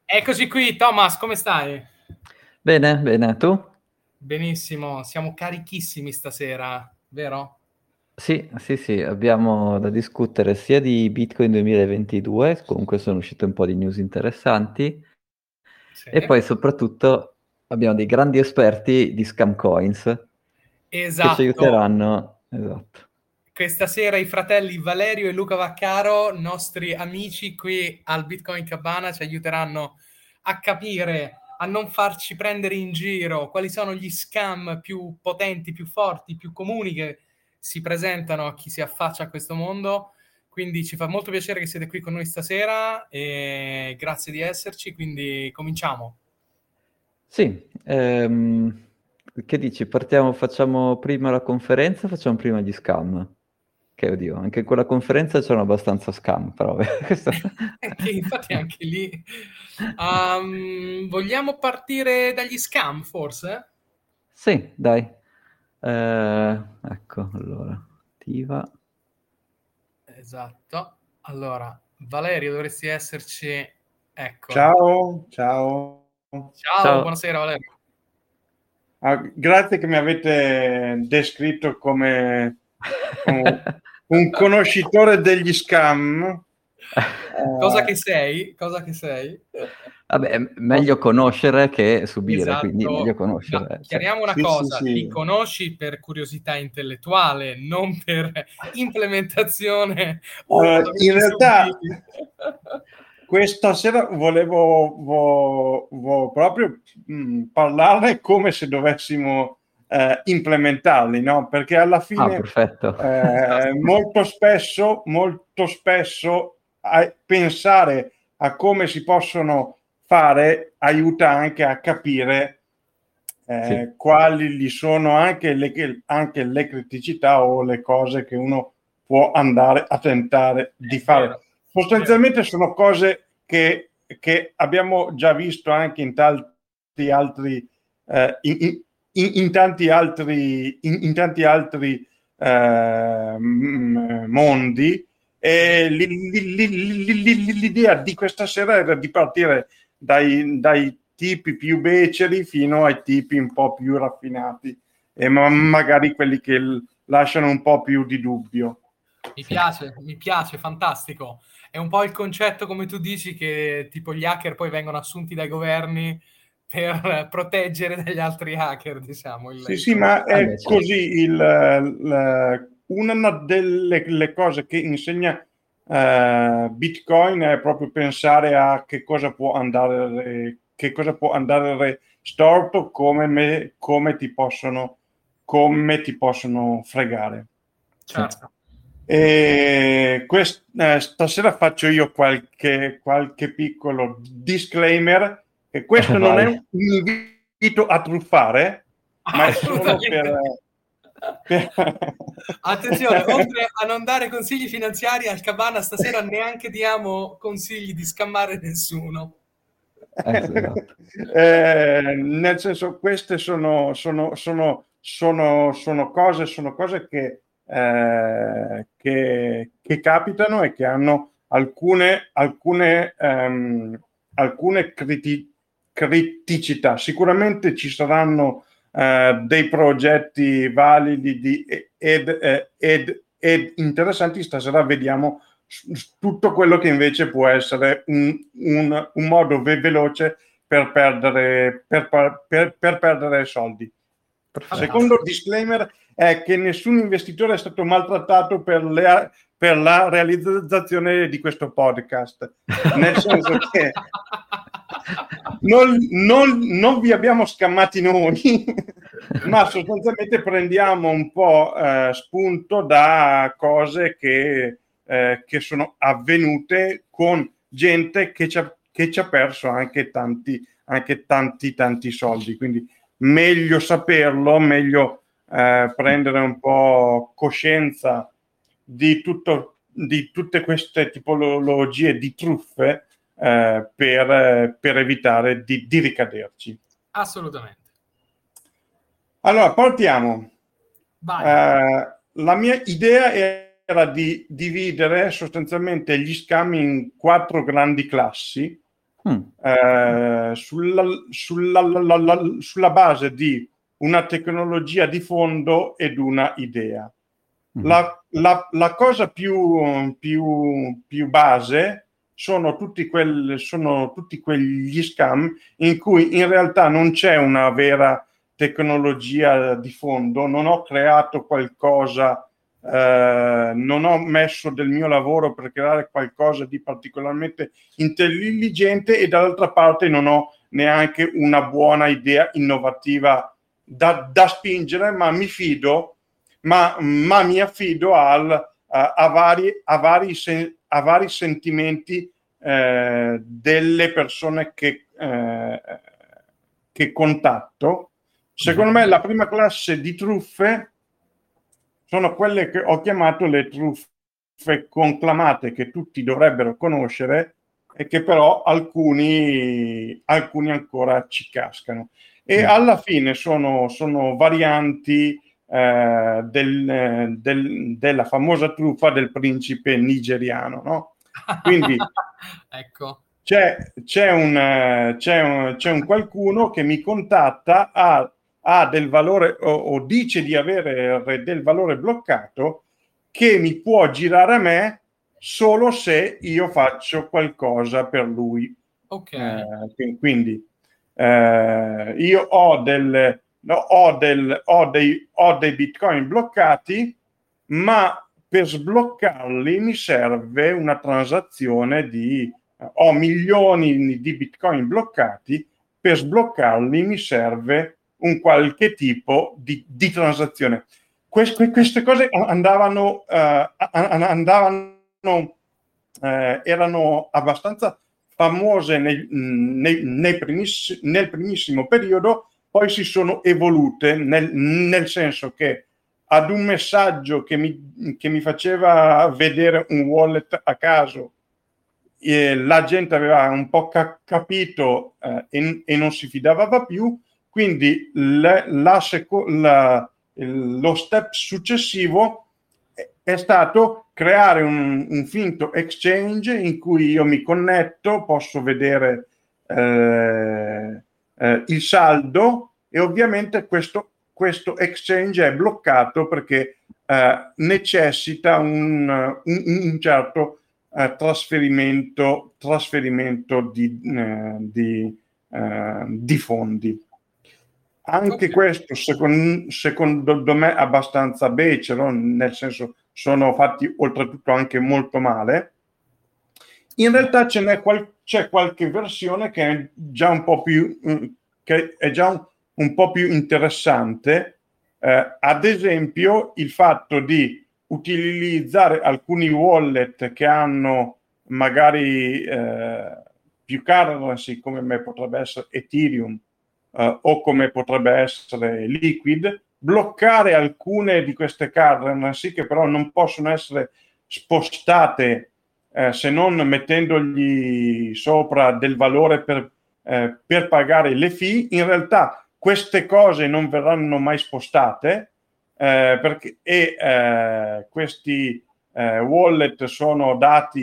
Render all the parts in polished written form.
Eccoci qui, Thomas, come stai? Bene, bene, tu? Benissimo, siamo carichissimi stasera, vero? Sì, sì, sì, abbiamo da discutere sia di Bitcoin 2022, comunque sono uscite un po' di news interessanti, Sì. e poi soprattutto abbiamo dei grandi esperti di scam coins che ci Esatto. aiuteranno. Esatto. Questa sera i fratelli Valerio e Luca Vaccaro, nostri amici qui al Bitcoin Cabana, ci aiuteranno a capire, a non farci prendere in giro quali sono gli scam più potenti, più forti, più comuni che si presentano a chi si affaccia a questo mondo. Quindi ci fa molto piacere che siete qui con noi stasera e grazie di esserci, quindi cominciamo. Sì, che dici? Partiamo, facciamo prima la conferenza o facciamo prima gli scam? Che oddio, anche in quella conferenza c'erano abbastanza scam, però questo... Che infatti anche lì vogliamo partire dagli scam, forse? Sì, dai. Ecco, allora, attiva. Esatto. Allora, Valerio, dovresti esserci. Ecco. Ciao, ciao. Ciao, Ciao. buonasera Valerio. Grazie che mi avete descritto come un conoscitore degli scam. Cosa che sei? Cosa che sei? Vabbè, è meglio conoscere che subire, quindi meglio Esatto. Ma conoscere. Cioè. chiariamo una Sì, sì, cosa, sì. li conosci per curiosità intellettuale, non per implementazione o In avere realtà, subiti. questa sera volevo proprio parlarne come se dovessimo implementarli, no? Perché alla Ah, fine perfetto. molto spesso pensare a come si possono fare aiuta anche a capire Sì. quali gli sono anche le criticità o le cose che uno può andare a tentare di È fare. vero, vero. Sostanzialmente sono cose che abbiamo già visto anche in tanti altri in tanti altri mondi, e l'idea di questa sera era di partire dai tipi più beceri fino ai tipi un po' più raffinati, e magari quelli che lasciano un po' più di dubbio. Sì. Mi piace, fantastico. È un po' il concetto, come tu dici, che tipo gli hacker poi vengono assunti dai governi per proteggere dagli altri hacker, diciamo, Sì, il sì, ma Ah, beh, è certo. così. Una delle le cose che insegna Bitcoin è proprio pensare a che cosa può andare storto, come ti possono fregare. Sì. Certo. E stasera faccio io qualche piccolo disclaimer, che questo non è Vai. un invito a truffare, ma è solo Assolutamente. per- Attenzione, oltre a non dare consigli finanziari al Cabana, stasera neanche diamo consigli di scammare nessuno. Esatto. Nel senso, queste sono cose che capitano e che hanno alcune criticità. Sicuramente ci saranno dei progetti validi ed interessanti. Stasera vediamo tutto quello che invece può essere un modo veloce per perdere soldi. Perfetto. Secondo disclaimer è che nessun investitore è stato maltrattato per la realizzazione di questo podcast, nel senso che non vi abbiamo scammati noi, ma sostanzialmente prendiamo un po' spunto da cose che sono avvenute con gente che ci ha perso anche tanti soldi. Quindi meglio saperlo, meglio prendere un po' coscienza di tutte queste tipologie di truffe, per evitare di ricaderci. Assolutamente. Allora, partiamo. Vai. La mia idea era di dividere sostanzialmente gli scam in 4 grandi classi, Mm. sulla base di una tecnologia di fondo ed una idea. La cosa più base sono tutti quegli scam in cui in realtà non c'è una vera tecnologia di fondo, non ho creato qualcosa, non ho messo del mio lavoro per creare qualcosa di particolarmente intelligente e dall'altra parte non ho neanche una buona idea innovativa da spingere, ma mi affido a vari sentimenti delle persone che contatto. Secondo me la prima classe di truffe sono quelle che ho chiamato le truffe conclamate, che tutti dovrebbero conoscere e che però alcuni ancora ci cascano. E alla fine sono varianti della famosa truffa del principe nigeriano, no? Quindi ecco. c'è un qualcuno che mi contatta, ha del valore o dice di avere del valore bloccato che mi può girare a me solo se io faccio qualcosa per lui. Ok. Quindi io ho dei bitcoin bloccati, ma per sbloccarli mi serve una transazione ho milioni di bitcoin bloccati, per sbloccarli mi serve un qualche tipo di transazione. Queste cose erano abbastanza famose nel primissimo periodo, poi si sono evolute nel senso che ad un messaggio che mi faceva vedere un wallet a caso, la gente aveva un po' capito e non si fidava più, quindi lo step successivo è stato creare un finto exchange in cui io mi connetto, posso vedere il saldo e ovviamente questo exchange è bloccato perché necessita un certo trasferimento di fondi. Anche questo secondo me abbastanza becero, nel senso sono fatti oltretutto anche molto male. In realtà c'è qualche versione che è già un po' più interessante, ad esempio il fatto di utilizzare alcuni wallet che hanno magari più currency, come potrebbe essere Ethereum o come potrebbe essere Liquid, bloccare alcune di queste currency che però non possono essere spostate se non mettendogli sopra del valore per pagare le fee. In realtà queste cose non verranno mai spostate perché questi wallet sono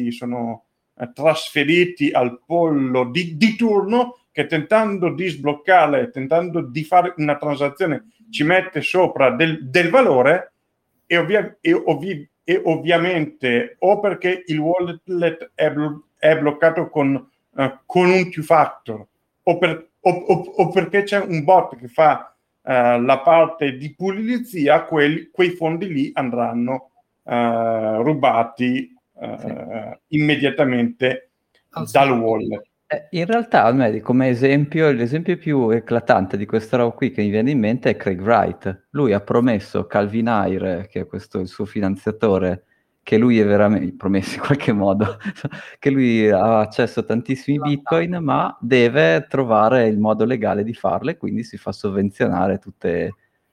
trasferiti al pollo di turno, che tentando di sbloccarle, tentando di fare una transazione, ci mette sopra del valore e ovviamente o perché il wallet è bloccato con un two-factor o perché c'è un bot che fa la parte di pulizia, quei fondi lì andranno rubati immediatamente dal wallet. In realtà a me come esempio, l'esempio più eclatante di questa roba qui che mi viene in mente è Craig Wright. Lui ha promesso Calvin Ayre, che è questo il suo finanziatore, che lui è veramente promesso in qualche modo, che lui ha accesso a tantissimi bitcoin, ma deve trovare il modo legale di farlo e quindi si fa sovvenzionare tutte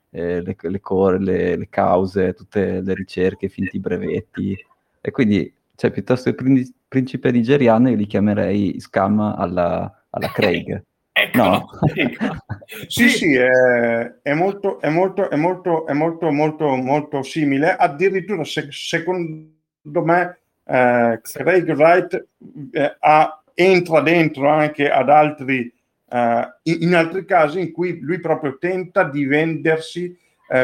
le cause, tutte le ricerche, finti brevetti. E quindi, cioè, piuttosto il principe nigeriano io li chiamerei scam alla Craig. No? Sì, è molto simile. Addirittura secondo me Craig Wright entra dentro anche ad altri in altri casi in cui lui proprio tenta di vendersi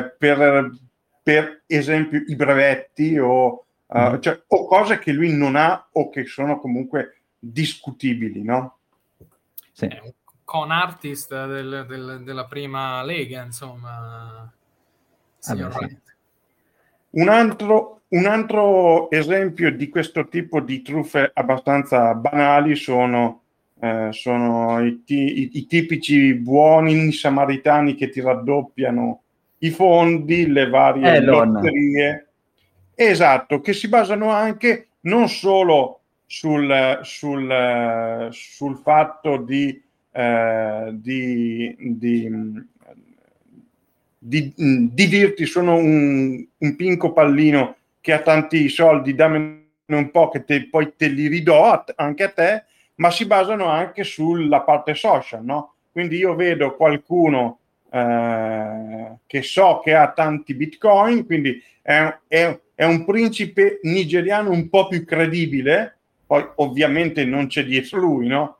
per esempio i brevetti o cose che lui non ha o che sono comunque discutibili, no? Sì. È un con artist della prima lega, insomma, signor Wright. Un altro esempio di questo tipo di truffe abbastanza banali sono i tipici buoni samaritani che ti raddoppiano i fondi, le varie lotterie. Esatto, che si basano anche non solo sul fatto di dirti sono un pinco pallino che ha tanti soldi, dammi un po' che poi te li ridò anche a te, ma si basano anche sulla parte social, no? Quindi io vedo qualcuno che so che ha tanti bitcoin, quindi è un principe nigeriano un po' più credibile, poi ovviamente non c'è dietro lui, no?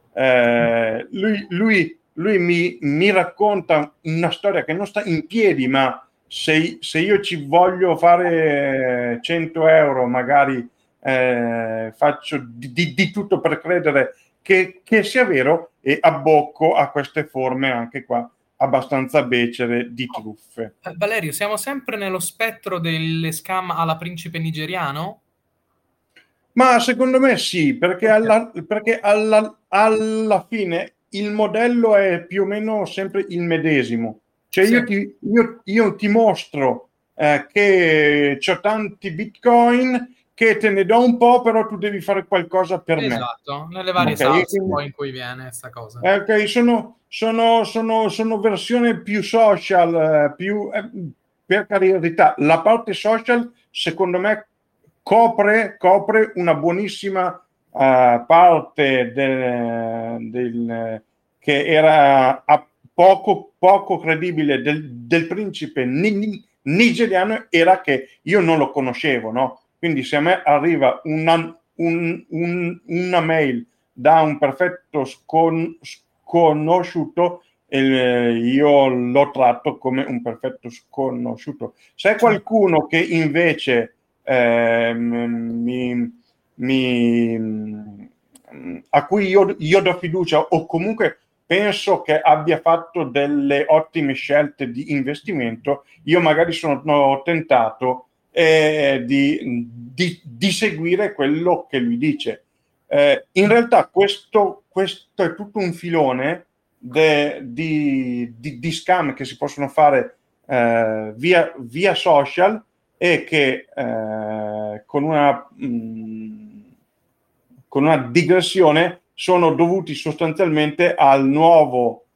Lui mi racconta una storia che non sta in piedi, ma se io ci voglio fare 100 euro, magari faccio di tutto per credere che sia vero, e abbocco a queste forme anche qua abbastanza becere di truffe. Valerio, siamo sempre nello spettro delle scam alla principe nigeriano? Ma secondo me sì, perché alla fine il modello è più o meno sempre il medesimo. Cioè Sì. io ti mostro che c'ho tanti bitcoin, che te ne do un po', però tu devi fare qualcosa per me. Esatto, nelle varie Okay, salse poi in cui viene questa cosa. Ok, sono versione più social, per carità, la parte social secondo me copre una buonissima parte che era poco credibile del principe nigeriano, era che io non lo conoscevo, no? Quindi se a me arriva una mail da un perfetto sconosciuto, io lo tratto come un perfetto sconosciuto. Se è qualcuno che invece a cui io do fiducia, o comunque penso che abbia fatto delle ottime scelte di investimento, io magari sono tentato di seguire quello che lui dice. In realtà questo è tutto un filone di scam che si possono fare via social, e che con una digressione sono dovuti sostanzialmente al nuovo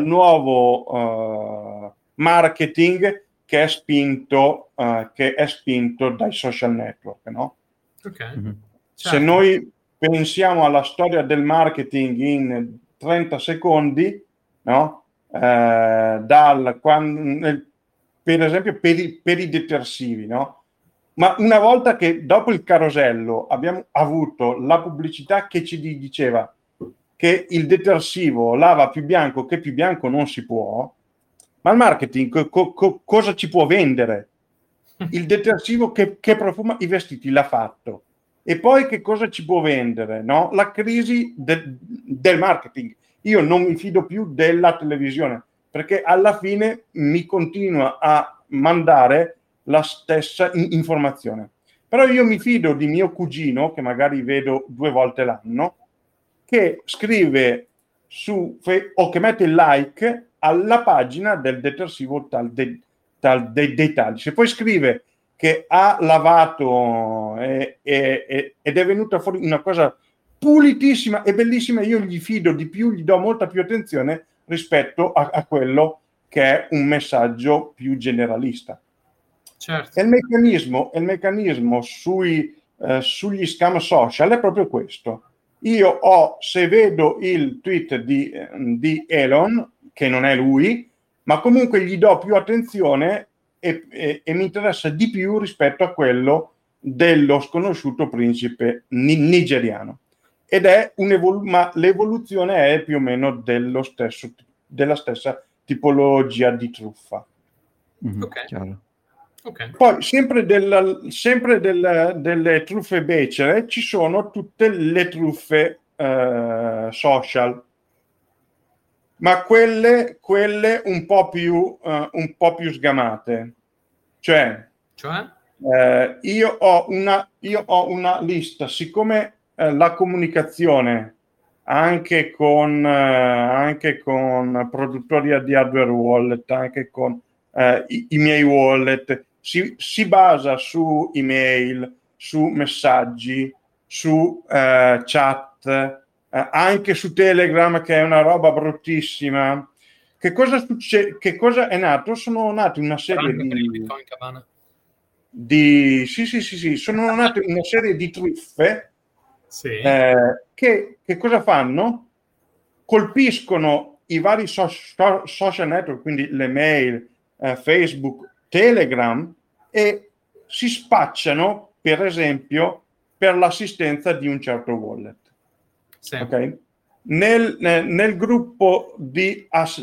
marketing che è spinto dai social network, no? Okay. Mm-hmm. Se noi pensiamo alla storia del marketing in 30 secondi, no? Per esempio per i detersivi, no? Ma una volta che dopo il carosello abbiamo avuto la pubblicità che ci diceva che il detersivo lava più bianco, che più bianco non si può, ma il marketing cosa ci può vendere? Il detersivo che profuma i vestiti l'ha fatto. E poi che cosa ci può vendere? No? La crisi del marketing. Io non mi fido più della televisione, perché alla fine mi continua a mandare la stessa informazione. Però io mi fido di mio cugino, che magari vedo 2 volte l'anno, che scrive o che mette il like alla pagina del detersivo dei tali. Se poi scrive che ha lavato ed è venuta fuori una cosa pulitissima e bellissima, io gli fido di più, gli do molta più attenzione rispetto a quello che è un messaggio più generalista. Certo. E il meccanismo sugli scam social è proprio questo. Se vedo il tweet di Elon, che non è lui, ma comunque gli do più attenzione e mi interessa di più rispetto a quello dello sconosciuto principe nigeriano. ed è ma l'evoluzione è più o meno della stessa tipologia di truffa. Ok. Poi sempre delle truffe becere ci sono tutte le truffe social, ma quelle un po' più sgamate. Cioè? Io ho una lista, siccome la comunicazione anche con produttori di hardware wallet, anche con i miei wallet, si basa su email, su messaggi, su chat, anche su Telegram, che è una roba bruttissima. Che cosa succede? Che cosa è nato? Sono nati una serie sono nate una serie di truffe che cosa fanno? Colpiscono i vari social network, quindi le mail, Facebook, Telegram, e si spacciano, per esempio, per l'assistenza di un certo wallet. Okay? Nel gruppo di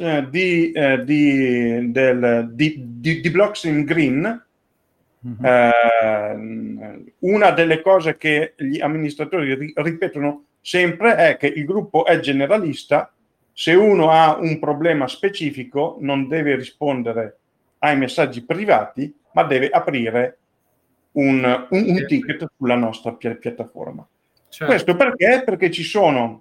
Blockstream Green, una delle cose che gli amministratori ripetono sempre è che il gruppo è generalista. Se uno ha un problema specifico non deve rispondere ai messaggi privati, ma deve aprire un ticket sulla nostra piattaforma. Questo perché? Perché ci sono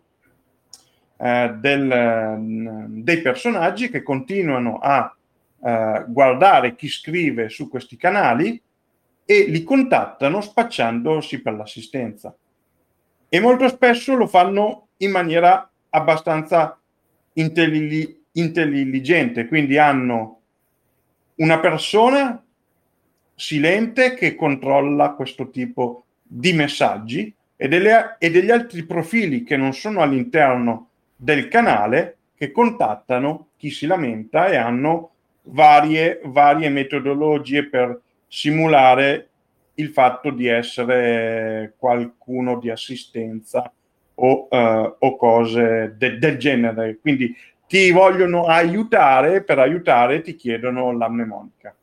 dei personaggi che continuano a guardare chi scrive su questi canali e li contattano spacciandosi per l'assistenza, e molto spesso lo fanno in maniera abbastanza intelligente, quindi hanno una persona silente che controlla questo tipo di messaggi e degli altri profili che non sono all'interno del canale che contattano chi si lamenta e hanno varie metodologie per simulare il fatto di essere qualcuno di assistenza o cose del genere. Quindi ti vogliono aiutare, per aiutare ti chiedono la mnemonica.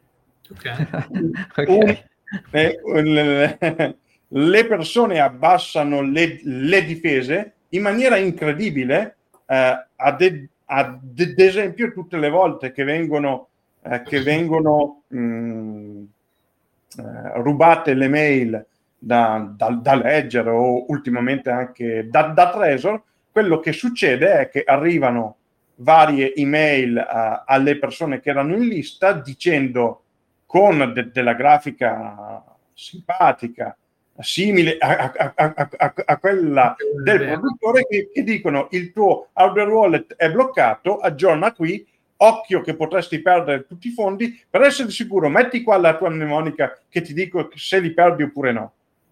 Le persone abbassano le difese in maniera incredibile, ad esempio tutte le volte che vengono rubate le mail da Ledger o ultimamente anche da Trezor, quello che succede è che arrivano varie email alle persone che erano in lista dicendo con della grafica simpatica, simile a quella del produttore, che dicono: il tuo hardware wallet è bloccato, aggiorna qui, occhio che potresti perdere tutti i fondi, per essere sicuro metti qua la tua mnemonica che ti dico se li perdi oppure no.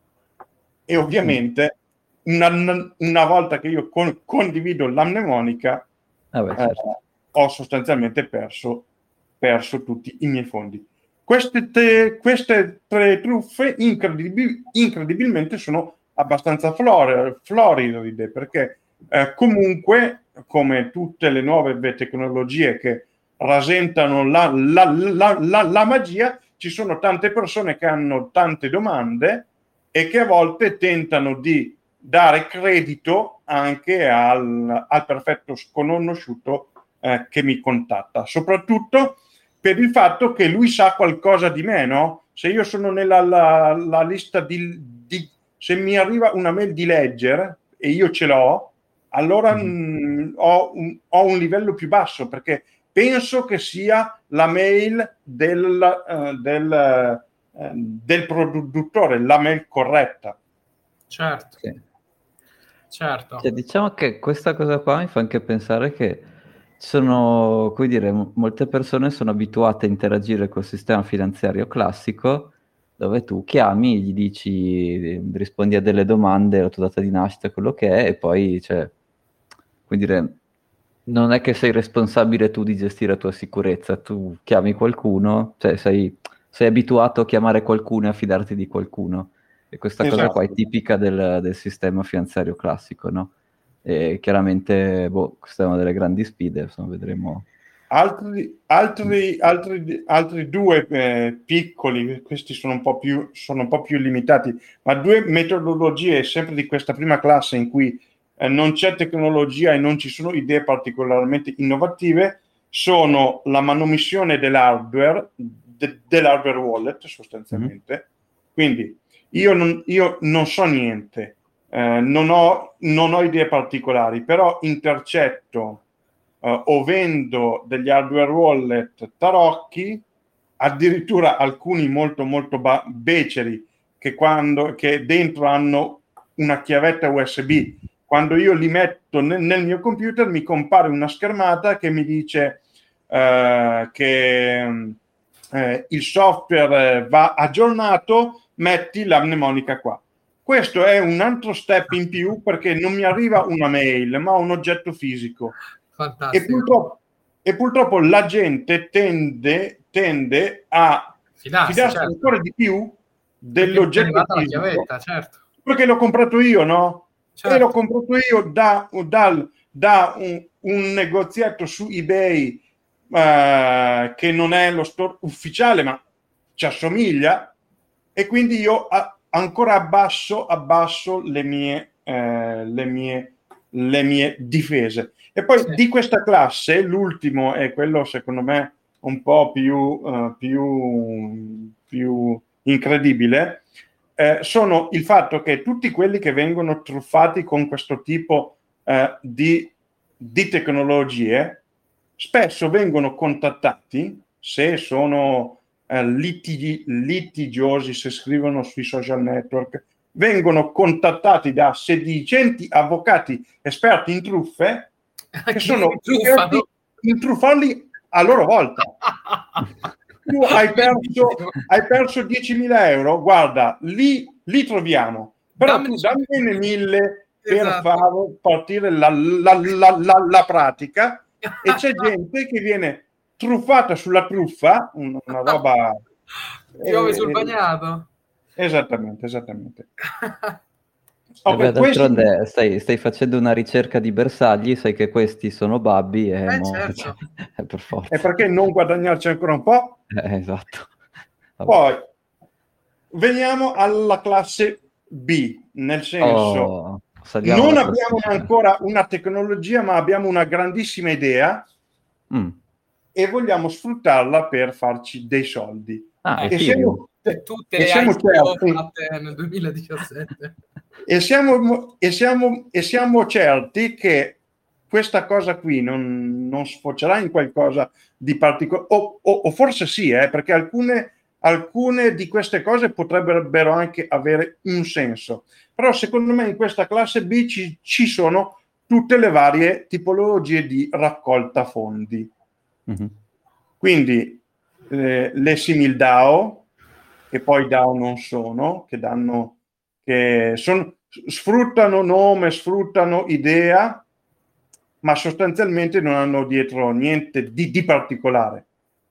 E ovviamente una volta che io condivido la mnemonica, certo, ho sostanzialmente perso tutti i miei fondi. Queste tre truffe incredibilmente sono abbastanza floride, perché comunque, come tutte le nuove tecnologie che rasentano la magia, ci sono tante persone che hanno tante domande e che a volte tentano di dare credito anche al perfetto sconosciuto che mi contatta, soprattutto per il fatto che lui sa qualcosa di me, no? Se io sono nella lista se mi arriva una mail di Ledger e io ce l'ho, allora ho un livello più basso, perché penso che sia la mail del produttore, la mail corretta. Certo. Sì. Certo. Cioè, diciamo che questa cosa qua mi fa anche pensare che sono, come dire, molte persone sono abituate a interagire col sistema finanziario classico, dove tu chiami, gli dici, rispondi a delle domande, la tua data di nascita, quello che è, e poi, cioè, come dire, non è che sei responsabile tu di gestire la tua sicurezza, tu chiami qualcuno, cioè sei abituato a chiamare qualcuno e a fidarti di qualcuno. E questa cosa qua è tipica del sistema finanziario classico, no? E chiaramente, questa è una delle grandi sfide, insomma, vedremo. Altri due piccoli, questi sono un po' più limitati, ma due metodologie sempre di questa prima classe in cui non c'è tecnologia e non ci sono idee particolarmente innovative, sono la manomissione dell'hardware, dell'hardware wallet sostanzialmente. Mm-hmm. Quindi io non so niente, non ho idee particolari, però intercetto o vendo degli hardware wallet tarocchi, addirittura alcuni molto molto beceri che dentro hanno una chiavetta USB. Quando io li metto nel mio computer mi compare una schermata che mi dice che il software va aggiornato, metti la mnemonica qua. Questo è un altro step in più perché non mi arriva una mail ma un oggetto fisico. E purtroppo la gente tende a fidarsi ancora di più dell'oggetto fisico, chiavetta, certo. Perché l'ho comprato io, no? Certo. E l'ho comprato io da un negozietto su eBay che non è lo store ufficiale ma ci assomiglia, e quindi io ancora abbasso le mie difese. E poi di questa classe l'ultimo è quello secondo me un po' più incredibile, sono il fatto che tutti quelli che vengono truffati con questo tipo di tecnologie spesso vengono contattati, se sono litigiosi, se scrivono sui social network, vengono contattati da sedicenti avvocati esperti in truffe che sono esperti in truffarli a loro volta. Tu hai perso 10.000 euro, guarda, li troviamo, però tu dammene 1.000 per far partire la pratica, e c'è gente che viene truffata sulla truffa, una roba... Piove sul bagnato. Esattamente. D'altronde stai facendo una ricerca di bersagli, sai che questi sono babbi e certo. Per forza. E perché non guadagnarci ancora un po'? Esatto. Vabbè. Poi veniamo alla classe B, nel senso non abbiamo ancora una tecnologia, ma abbiamo una grandissima idea e vogliamo sfruttarla per farci dei soldi. Tutte le fatte nel 2017. E siamo certi che questa cosa qui non sfocerà in qualcosa di particolare, o forse sì, perché alcune di queste cose potrebbero anche avere un senso, però secondo me in questa classe B ci sono tutte le varie tipologie di raccolta fondi. Mm-hmm. Quindi le simil DAO, che poi DAO non sono, sfruttano nome, sfruttano idea, ma sostanzialmente non hanno dietro niente di particolare.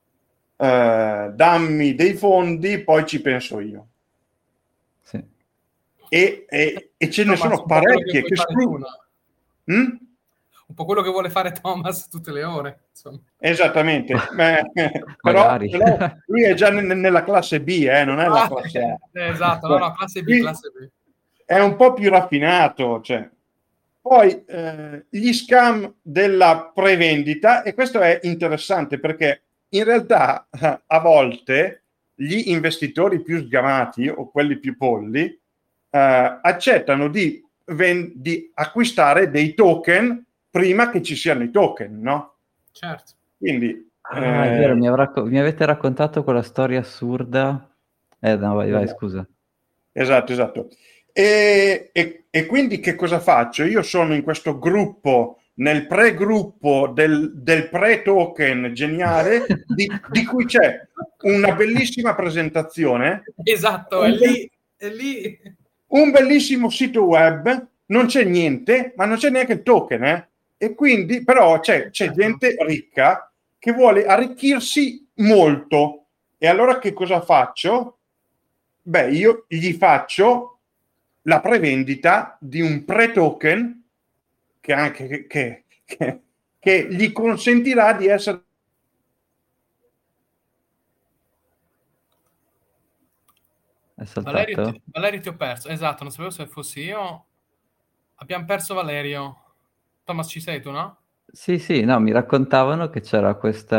Dammi dei fondi, poi ci penso io. Sì. E ce ne sono parecchie che sfruttano. Un po' quello che vuole fare Thomas tutte le ore, insomma. Esattamente, però lui è già nella classe B, non è la classe A. Esatto, no, classe B. È un po' più raffinato, cioè. Poi gli scam della prevendita, e questo è interessante perché in realtà a volte gli investitori più sgamati o quelli più polli accettano di acquistare dei token prima che ci siano i token, no? Certo. Quindi è vero, mi avete raccontato quella storia assurda. No, vai, scusa. Esatto. E quindi che cosa faccio? Io sono in questo gruppo, nel pre-gruppo del pre-token geniale, di cui c'è una bellissima presentazione. Esatto, è lì. Un bellissimo sito web, non c'è niente, ma non c'è neanche il token, E quindi però c'è gente ricca che vuole arricchirsi molto. E allora che cosa faccio? Beh, io gli faccio la prevendita di un pre-token che gli consentirà di essere... È saltato? Valerio, ti ho perso. Esatto, non sapevo se fossi io. Abbiamo perso Valerio. Thomas, ci sei tu, no? Sì, sì, no, mi raccontavano che c'era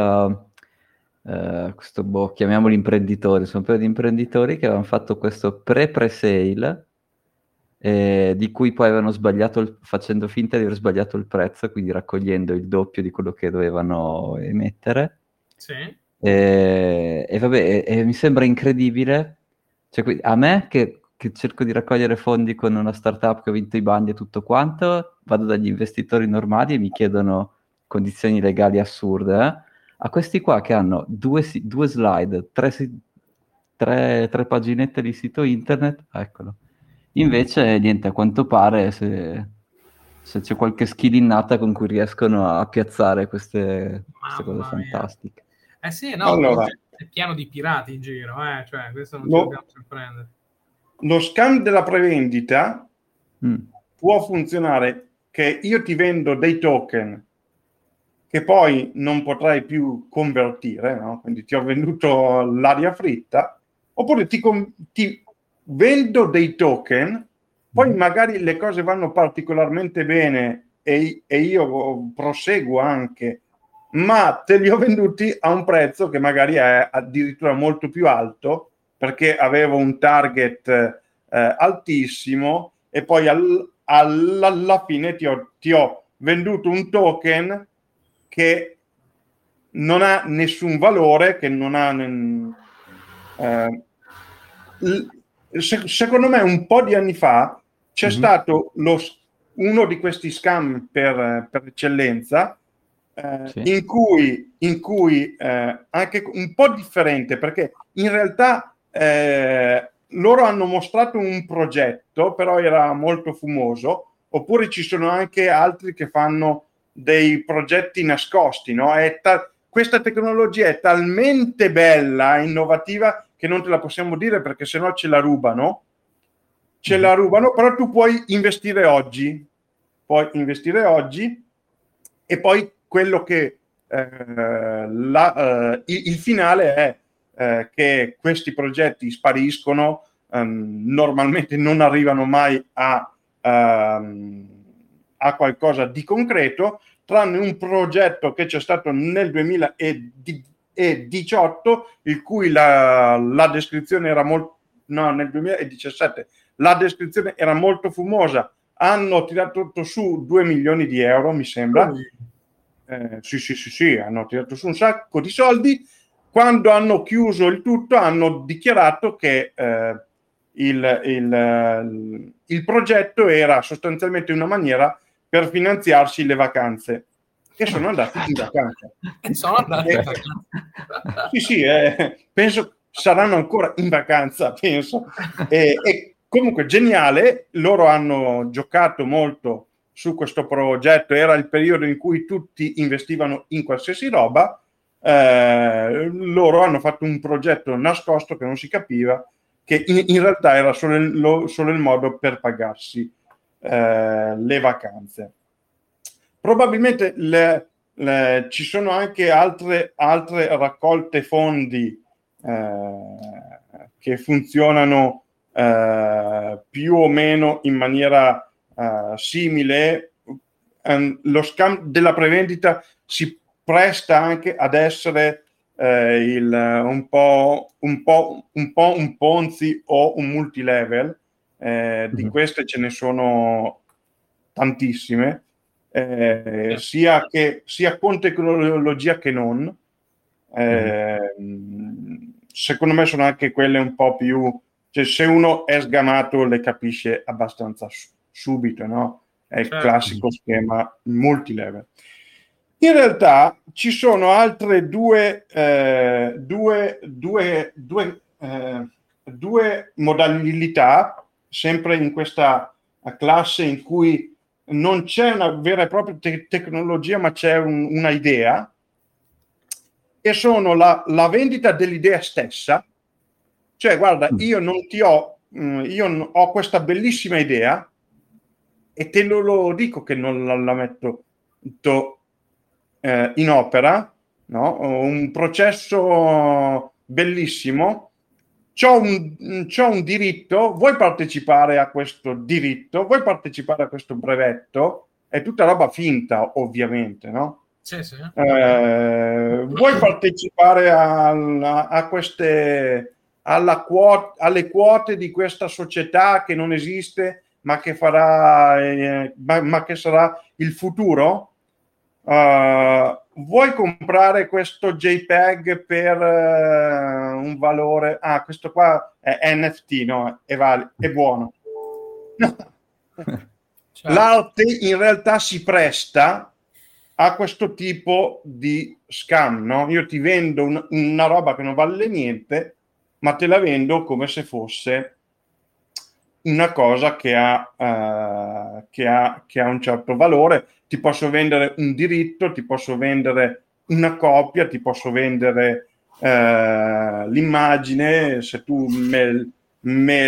questo, chiamiamoli imprenditori, sono un paio di imprenditori che avevano fatto questo pre-sale, di cui poi avevano sbagliato, facendo finta di aver sbagliato il prezzo, quindi raccogliendo il doppio di quello che dovevano emettere. Sì. E vabbè, e mi sembra incredibile, cioè, a me che cerco di raccogliere fondi con una startup che ho vinto i bandi e tutto quanto, vado dagli investitori normali e mi chiedono condizioni legali assurde, eh? A questi qua che hanno due slide, tre paginette di sito internet, eccolo. Invece, niente, a quanto pare, se c'è qualche skill innata con cui riescono a piazzare queste cose Mamma mia. fantastiche. Sì, no, Allora, è pieno di pirati in giro, cioè, questo non ci No. dobbiamo sorprendere. lo scam della prevendita Mm. può funzionare che io ti vendo dei token che poi non potrai più convertire, no? Quindi ti ho venduto l'aria fritta, oppure ti vendo dei token, poi magari le cose vanno particolarmente bene e io proseguo anche, ma te li ho venduti a un prezzo che magari è addirittura molto più alto, perché avevo un target altissimo, e poi alla fine ti ho venduto un token che non ha nessun valore, che non ha... secondo me un po' di anni fa c'è stato uno di questi scam per eccellenza, Sì. in cui anche un po' differente, perché in realtà loro hanno mostrato un progetto, però era molto fumoso, oppure ci sono anche altri che fanno dei progetti nascosti, no? Questa tecnologia è talmente bella, innovativa, che non te la possiamo dire perché sennò ce la rubano. Però tu puoi investire oggi. E poi quello che il finale è che questi progetti spariscono, normalmente non arrivano mai a qualcosa di concreto, tranne un progetto che c'è stato nel 2018, il cui la descrizione era molto... No, nel 2017 la descrizione era molto fumosa. Hanno tirato su 2 milioni di euro, mi sembra. Sì, hanno tirato su un sacco di soldi. Quando hanno chiuso il tutto, hanno dichiarato che il progetto era sostanzialmente una maniera per finanziarsi le vacanze, e sono andati in vacanza. Sì, penso saranno ancora in vacanza, penso. E comunque geniale, loro hanno giocato molto su questo progetto, era il periodo in cui tutti investivano in qualsiasi roba, loro hanno fatto un progetto nascosto che non si capiva, che in realtà era solo il modo per pagarsi le vacanze. Probabilmente ci sono anche altre raccolte fondi che funzionano più o meno in maniera simile. Lo scam della prevendita si presta anche ad essere un po' un Ponzi o un multilevel. Di queste ce ne sono tantissime, sia con tecnologia che non. Secondo me sono anche quelle un po' più, cioè, se uno è sgamato le capisce abbastanza subito, no? È il classico schema multilevel. In realtà ci sono altre due modalità, sempre in questa classe in cui non c'è una vera e propria tecnologia, ma c'è una idea, e sono la vendita dell'idea stessa Cioè, guarda, io ho questa bellissima idea e te lo dico che non la metto in opera, no? Un processo bellissimo, c'ho un diritto, vuoi partecipare a questo diritto, vuoi partecipare a questo brevetto, è tutta roba finta, ovviamente, no? Sì, sì. Vuoi partecipare a queste alle quote di questa società che non esiste ma che farà ma che sarà il futuro? Vuoi comprare questo JPEG per un valore? Questo qua è NFT, no? È buono. No. Certo. L'arte in realtà si presta a questo tipo di scam, no? Io ti vendo una roba che non vale niente, ma te la vendo come se fosse una cosa che ha un certo valore. Ti posso vendere un diritto, ti posso vendere una copia, ti posso vendere l'immagine, se tu me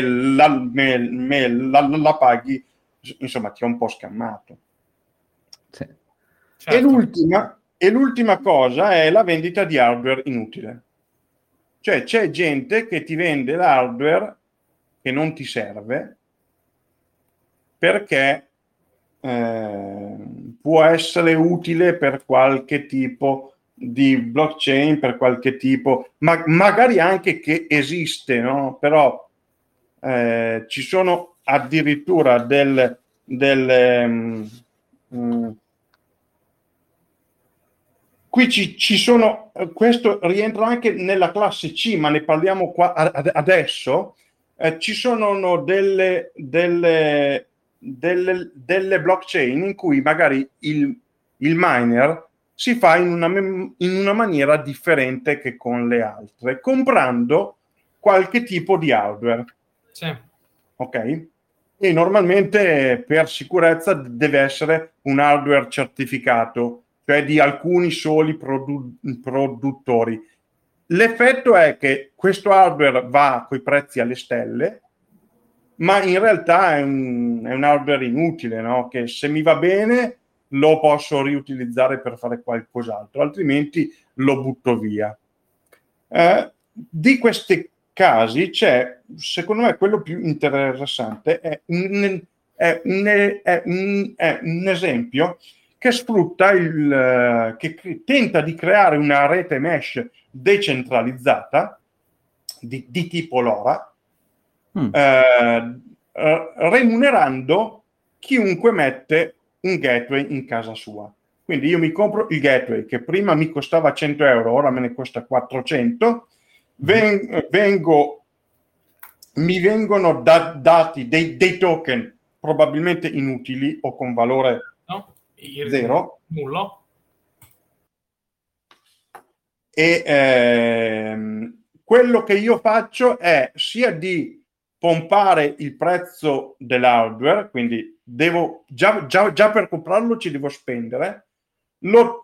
la paghi, insomma, ti ho un po' scammato. Sì. Certo. E l'ultima cosa è la vendita di hardware inutile. Cioè c'è gente che ti vende l'hardware che non ti serve perché può essere utile per qualche tipo di blockchain, per qualche tipo, magari anche che esiste, no? Però ci sono addirittura qui ci sono, questo rientra anche nella classe C, ma ne parliamo qua adesso. Ci sono delle blockchain in cui magari il miner si fa in una maniera differente che con le altre, comprando qualche tipo di hardware. Sì. Ok? E normalmente per sicurezza deve essere un hardware certificato, cioè di alcuni soli produttori. L'effetto è che questo hardware va coi prezzi alle stelle, ma in realtà è un hardware inutile, no? Che se mi va bene lo posso riutilizzare per fare qualcos'altro, altrimenti lo butto via. Di questi casi c'è, secondo me, quello più interessante è un esempio che sfrutta che tenta di creare una rete mesh decentralizzata di tipo LoRa, remunerando chiunque mette un gateway in casa sua. Quindi io mi compro il gateway che prima mi costava 100 euro, ora me ne costa 400, mi vengono dati dei token probabilmente inutili o con valore zero. Nullo. E quello che io faccio è sia di pompare il prezzo dell'hardware, quindi devo già per comprarlo ci devo spendere, lo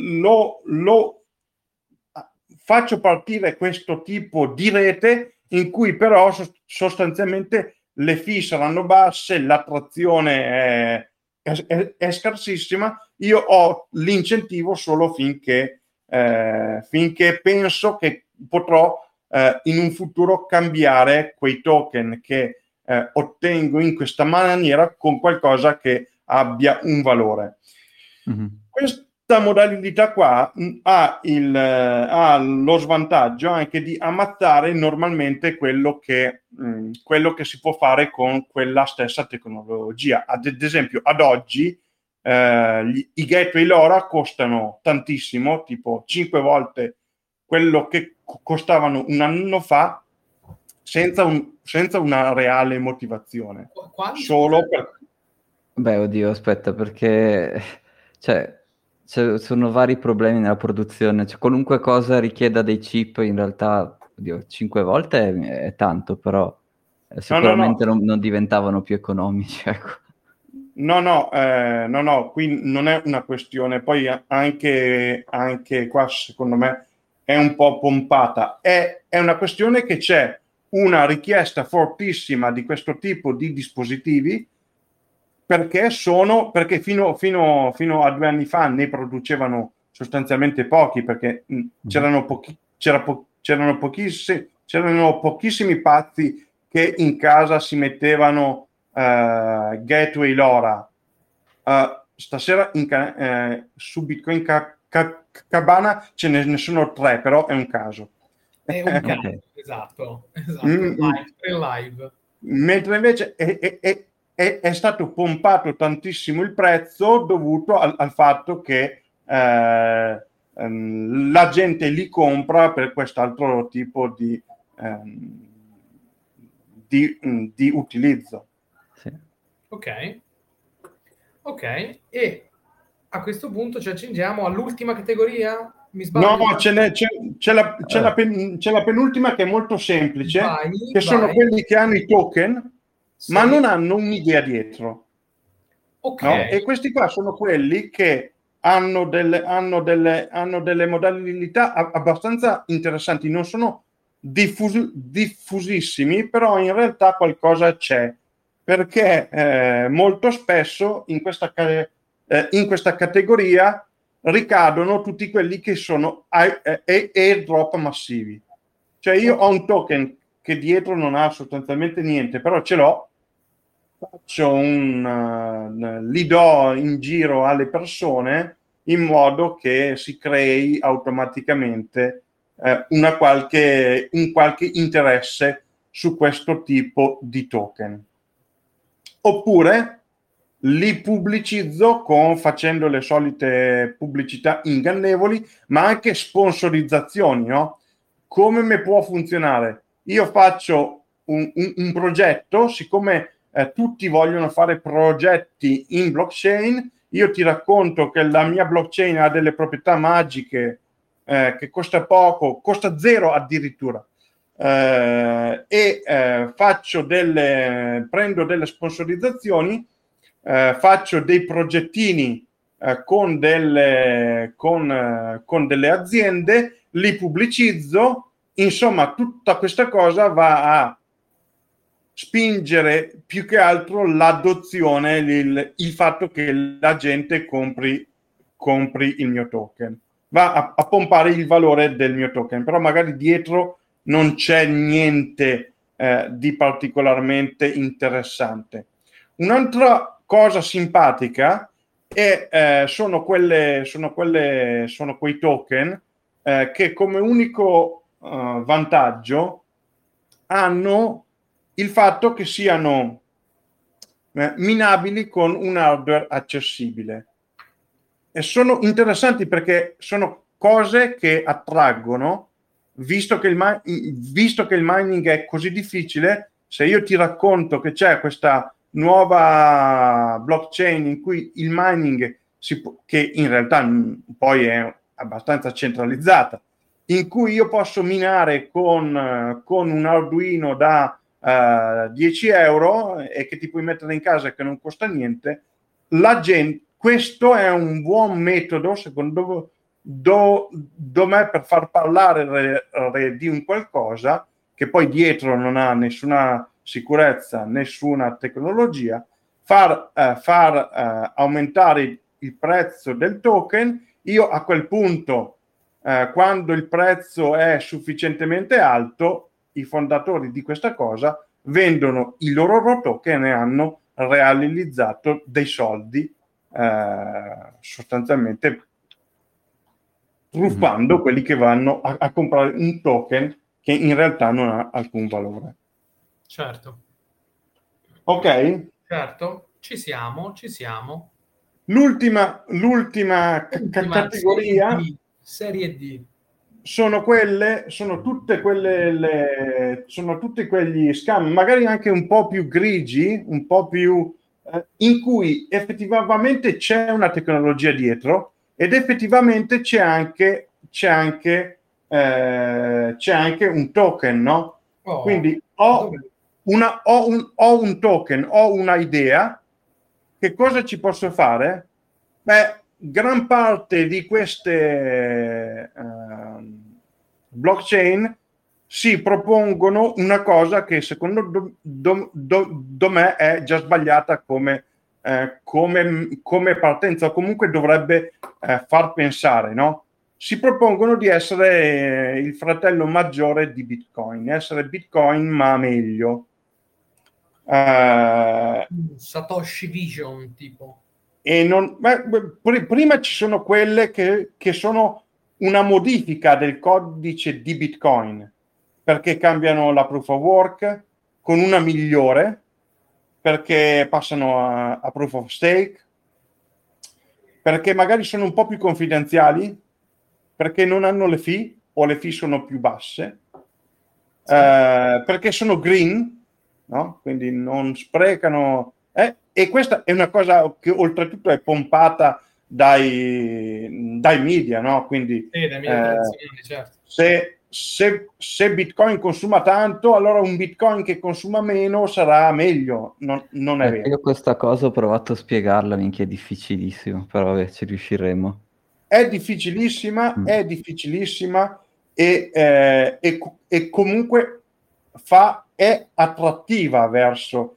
faccio partire questo tipo di rete in cui però sostanzialmente le fee saranno basse, l'attrazione è scarsissima, io ho l'incentivo solo finché penso che potrò in un futuro cambiare quei token che ottengo in questa maniera con qualcosa che abbia un valore. Mm-hmm. Questa modalità qua ha lo svantaggio anche di ammazzare normalmente quello che si può fare con quella stessa tecnologia. Ad esempio, ad oggi i gateway LoRa costano tantissimo, tipo 5 volte quello che costavano un anno fa, senza una reale motivazione. Solo per... Beh, oddio, aspetta, perché sono vari problemi nella produzione. Cioè, qualunque cosa richieda dei chip, in realtà, oddio, 5 volte è tanto, però sicuramente no. Non diventavano più economici, ecco. No, qui non è una questione, poi anche qua secondo me è un po' pompata, è una questione che c'è una richiesta fortissima di questo tipo di dispositivi, perché fino a 2 anni fa ne producevano sostanzialmente pochi, perché c'erano pochissimi pazzi che in casa si mettevano Gateway LoRa. Stasera su Bitcoin Cabana ce ne sono 3, però è un caso. È un caso, Ok. esatto. Live. Mentre invece è stato pompato tantissimo il prezzo dovuto al fatto che la gente li compra per quest'altro tipo di utilizzo. Sì. Ok, e a questo punto ci accingiamo all'ultima categoria. Mi sbaglio? No, c'è la penultima, che è molto semplice, che sono quelli che hanno i token, sì, ma non hanno un'idea dietro. Ok. No? E questi qua sono quelli che hanno delle modalità abbastanza interessanti, non sono diffusissimi, però in realtà qualcosa c'è, perché molto spesso in questa categoria ricadono tutti quelli che sono airdrop massivi. Cioè io ho un token che dietro non ha sostanzialmente niente, però ce l'ho, li do in giro alle persone in modo che si crei automaticamente un qualche interesse su questo tipo di token. Oppure li pubblicizzo facendo le solite pubblicità ingannevoli, ma anche sponsorizzazioni, no? Come mi può funzionare? Io faccio un progetto, siccome tutti vogliono fare progetti in blockchain, io ti racconto che la mia blockchain ha delle proprietà magiche, che costa poco, costa 0 addirittura, prendo delle sponsorizzazioni, faccio dei progettini con delle aziende, li pubblicizzo, insomma tutta questa cosa va a spingere più che altro l'adozione, il fatto che la gente compri il mio token, va a pompare il valore del mio token, però magari dietro non c'è niente di particolarmente interessante. Un'altra cosa simpatica sono quei token che come unico vantaggio hanno il fatto che siano minabili con un hardware accessibile, e sono interessanti perché sono cose che attraggono, visto che il mining è così difficile. Se io ti racconto che c'è questa nuova blockchain in cui il mining che in realtà poi è abbastanza centralizzata, in cui io posso minare con un Arduino da 10 euro e che ti puoi mettere in casa e che non costa niente, questo è un buon metodo, secondo me, per far parlare di un qualcosa che poi dietro non ha nessuna sicurezza, nessuna tecnologia, far aumentare il prezzo del token. Io a quel punto, quando il prezzo è sufficientemente alto, i fondatori di questa cosa vendono i loro token e hanno realizzato dei soldi, sostanzialmente truffando quelli che vanno a comprare un token che in realtà non ha alcun valore. Certo. Ok? Certo, ci siamo. L'ultima categoria serie D. sono tutti quegli scam, magari anche un po' più grigi, un po' più in cui effettivamente c'è una tecnologia dietro ed effettivamente c'è anche un token, no? Quindi ho un token, ho una idea. Che cosa ci posso fare? Beh, gran parte di queste blockchain si propongono una cosa che secondo me è già sbagliata come partenza, o comunque dovrebbe far pensare, no? Si propongono di essere il fratello maggiore di Bitcoin, essere Bitcoin ma meglio. Satoshi Vision, tipo. E prima ci sono quelle che sono una modifica del codice di Bitcoin, perché cambiano la proof of work con una migliore, perché passano a proof of stake, perché magari sono un po' più confidenziali, perché non hanno le fee o le fee sono più basse, sì. Perché sono green, no? Quindi non sprecano. E questa è una cosa che oltretutto è pompata dai media, no? Quindi sì, dai media tradizionali, certo. Se Bitcoin consuma tanto, allora un Bitcoin che consuma meno sarà meglio. Non è vero. Io questa cosa ho provato a spiegarla, minchia, è difficilissimo, però vabbè, ci riusciremo. È difficilissima e comunque è attrattiva verso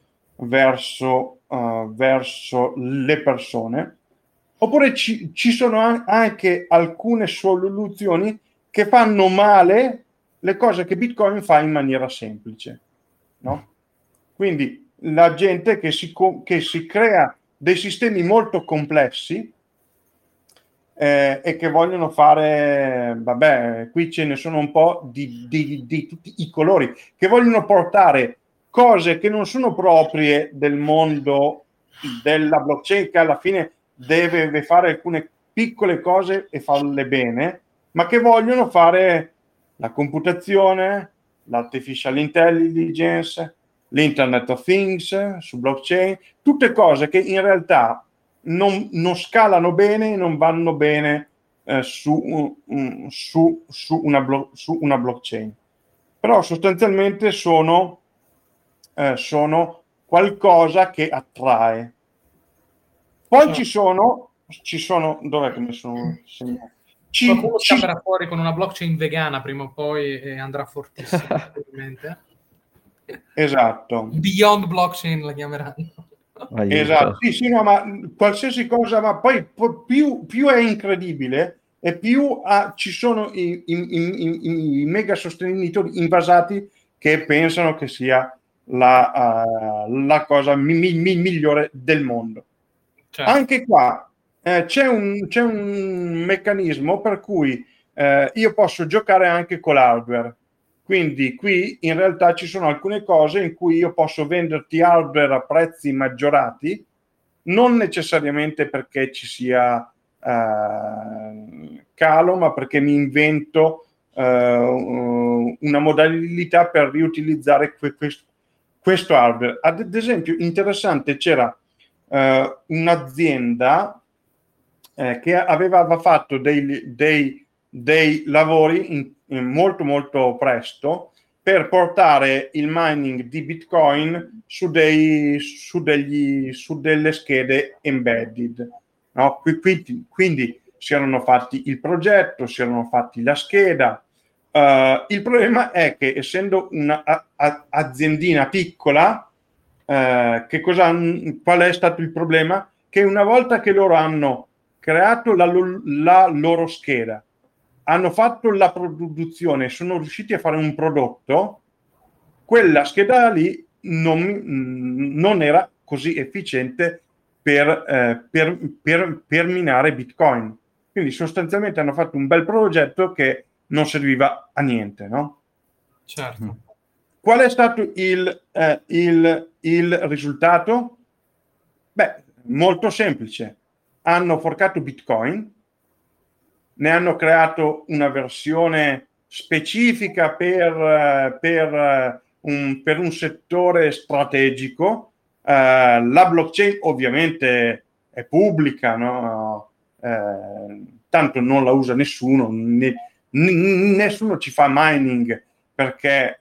le persone. Oppure ci sono anche alcune soluzioni che fanno male le cose che Bitcoin fa in maniera semplice, no? Quindi la gente che si crea dei sistemi molto complessi e che vogliono fare, vabbè, qui ce ne sono un po' di tutti i colori, che vogliono portare cose che non sono proprie del mondo della blockchain, che alla fine deve fare alcune piccole cose e farle bene, ma che vogliono fare la computazione, l'artificial intelligence, l'Internet of Things su blockchain, tutte cose che in realtà non scalano bene e non vanno bene su una blockchain. Però sostanzialmente sono qualcosa che attrae. Poi ci sono dov'è che mi sono segnato? Qualcuno scapperà fuori con una blockchain vegana prima o poi e andrà fortissimo probabilmente. Esatto. Beyond blockchain la chiameranno. Esatto, sì, no, ma qualsiasi cosa, ma poi più è incredibile e più ci sono i mega sostenitori invasati che pensano che sia la cosa migliore del mondo. Certo. Anche qua c'è un meccanismo per cui io posso giocare anche con l'hardware. Quindi qui in realtà ci sono alcune cose in cui io posso venderti hardware a prezzi maggiorati, non necessariamente perché ci sia calo, ma perché mi invento una modalità per riutilizzare questo hardware. Ad esempio, interessante, c'era un'azienda che aveva fatto dei lavori molto molto presto per portare il mining di Bitcoin su delle schede embedded, no? Quindi si erano fatti il progetto, si erano fatti la scheda. Il problema è che essendo una aziendina piccola, qual è stato il problema? Che una volta che loro hanno creato la loro scheda, hanno fatto la produzione, sono riusciti a fare un prodotto, quella scheda lì non era così efficiente per minare Bitcoin. Quindi sostanzialmente hanno fatto un bel progetto che non serviva a niente, no? Certo. Qual è stato il risultato? Beh, molto semplice. Hanno forcato Bitcoin, ne hanno creato una versione specifica per un settore strategico. La blockchain ovviamente è pubblica, no? Tanto non la usa nessuno, nessuno ci fa mining perché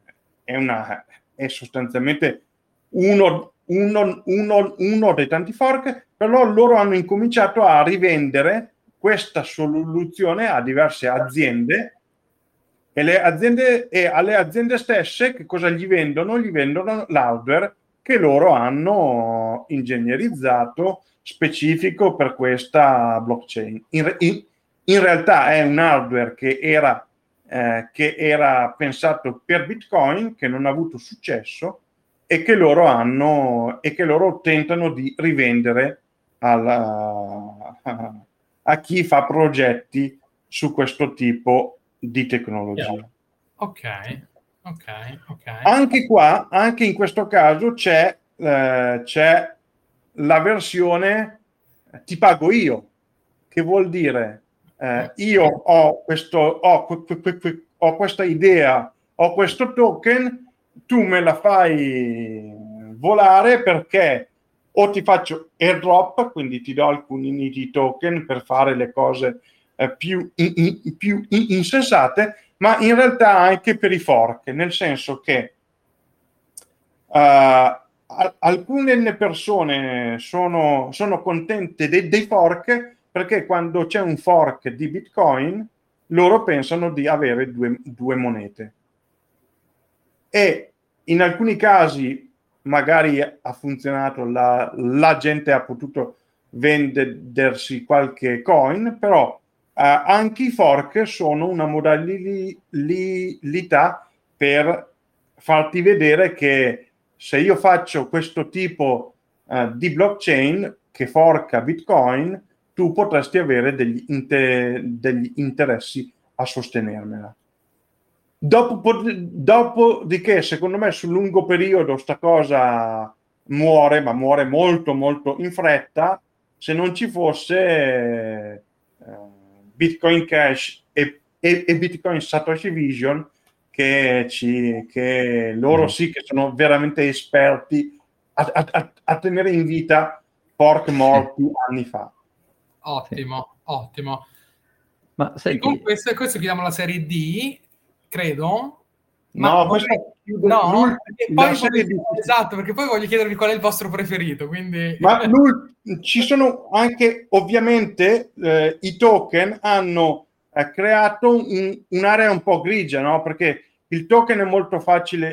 è sostanzialmente uno dei tanti fork, però loro hanno incominciato a rivendere questa soluzione a diverse aziende e alle aziende stesse che cosa gli vendono? Gli vendono l'hardware che loro hanno ingegnerizzato specifico per questa blockchain. In realtà è un hardware che era pensato per Bitcoin, che non ha avuto successo e che loro tentano di rivendere a chi fa progetti su questo tipo di tecnologia. Ok. Anche in questo caso c'è la versione ti pago io, che vuol dire io ho questa idea, ho questo token, tu me la fai volare perché o ti faccio airdrop, quindi ti do alcuni di token per fare le cose più insensate, ma in realtà anche per i fork, nel senso che alcune persone sono contente dei fork perché quando c'è un fork di Bitcoin loro pensano di avere due monete, e in alcuni casi magari ha funzionato, la gente ha potuto vendersi qualche coin, però anche i fork sono una modalità per farti vedere che se io faccio questo tipo di blockchain che forca Bitcoin, tu potresti avere degli interessi a sostenermela. Dopodiché, secondo me, sul lungo periodo sta cosa muore, ma muore molto molto in fretta, se non ci fosse Bitcoin Cash e Bitcoin Satoshi Vision, che loro sì che sono veramente esperti a tenere in vita fork morti anni fa. Ottimo. Ma E con questo chiudiamo la serie D, credo. No, esatto, perché poi voglio chiedervi qual è il vostro preferito, quindi... Ma ci sono anche, ovviamente, i token hanno creato un'area un po' grigia, no? Perché il token è molto facile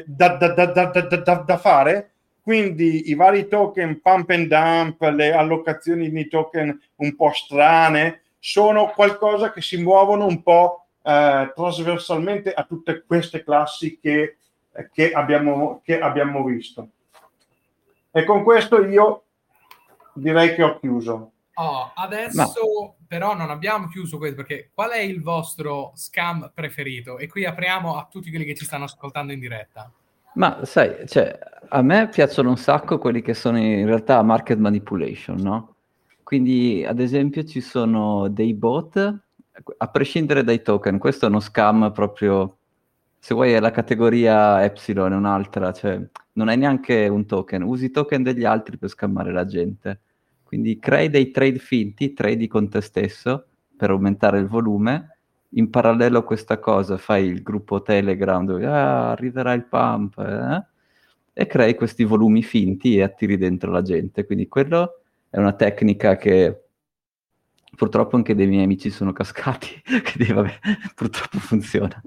da fare, quindi i vari token pump and dump, le allocazioni di token un po' strane, sono qualcosa che si muovono un po' trasversalmente a tutte queste classi che abbiamo visto. E con questo io direi che ho chiuso. Adesso però non abbiamo chiuso questo, perché qual è il vostro scam preferito? E qui apriamo a tutti quelli che ci stanno ascoltando in diretta. Ma sai, cioè, a me piacciono un sacco quelli che sono in realtà market manipulation, no? Quindi, ad esempio, ci sono dei bot, a prescindere dai token, questo è uno scam proprio, se vuoi è la categoria Epsilon, è un'altra, cioè non hai neanche un token, usi i token degli altri per scammare la gente. Quindi crei dei trade finti, tradi con te stesso per aumentare il volume. In parallelo a questa cosa fai il gruppo Telegram dove arriverà il pump e crei questi volumi finti e attiri dentro la gente. Quindi quello è una tecnica che purtroppo anche dei miei amici sono cascati, quindi vabbè, purtroppo funziona.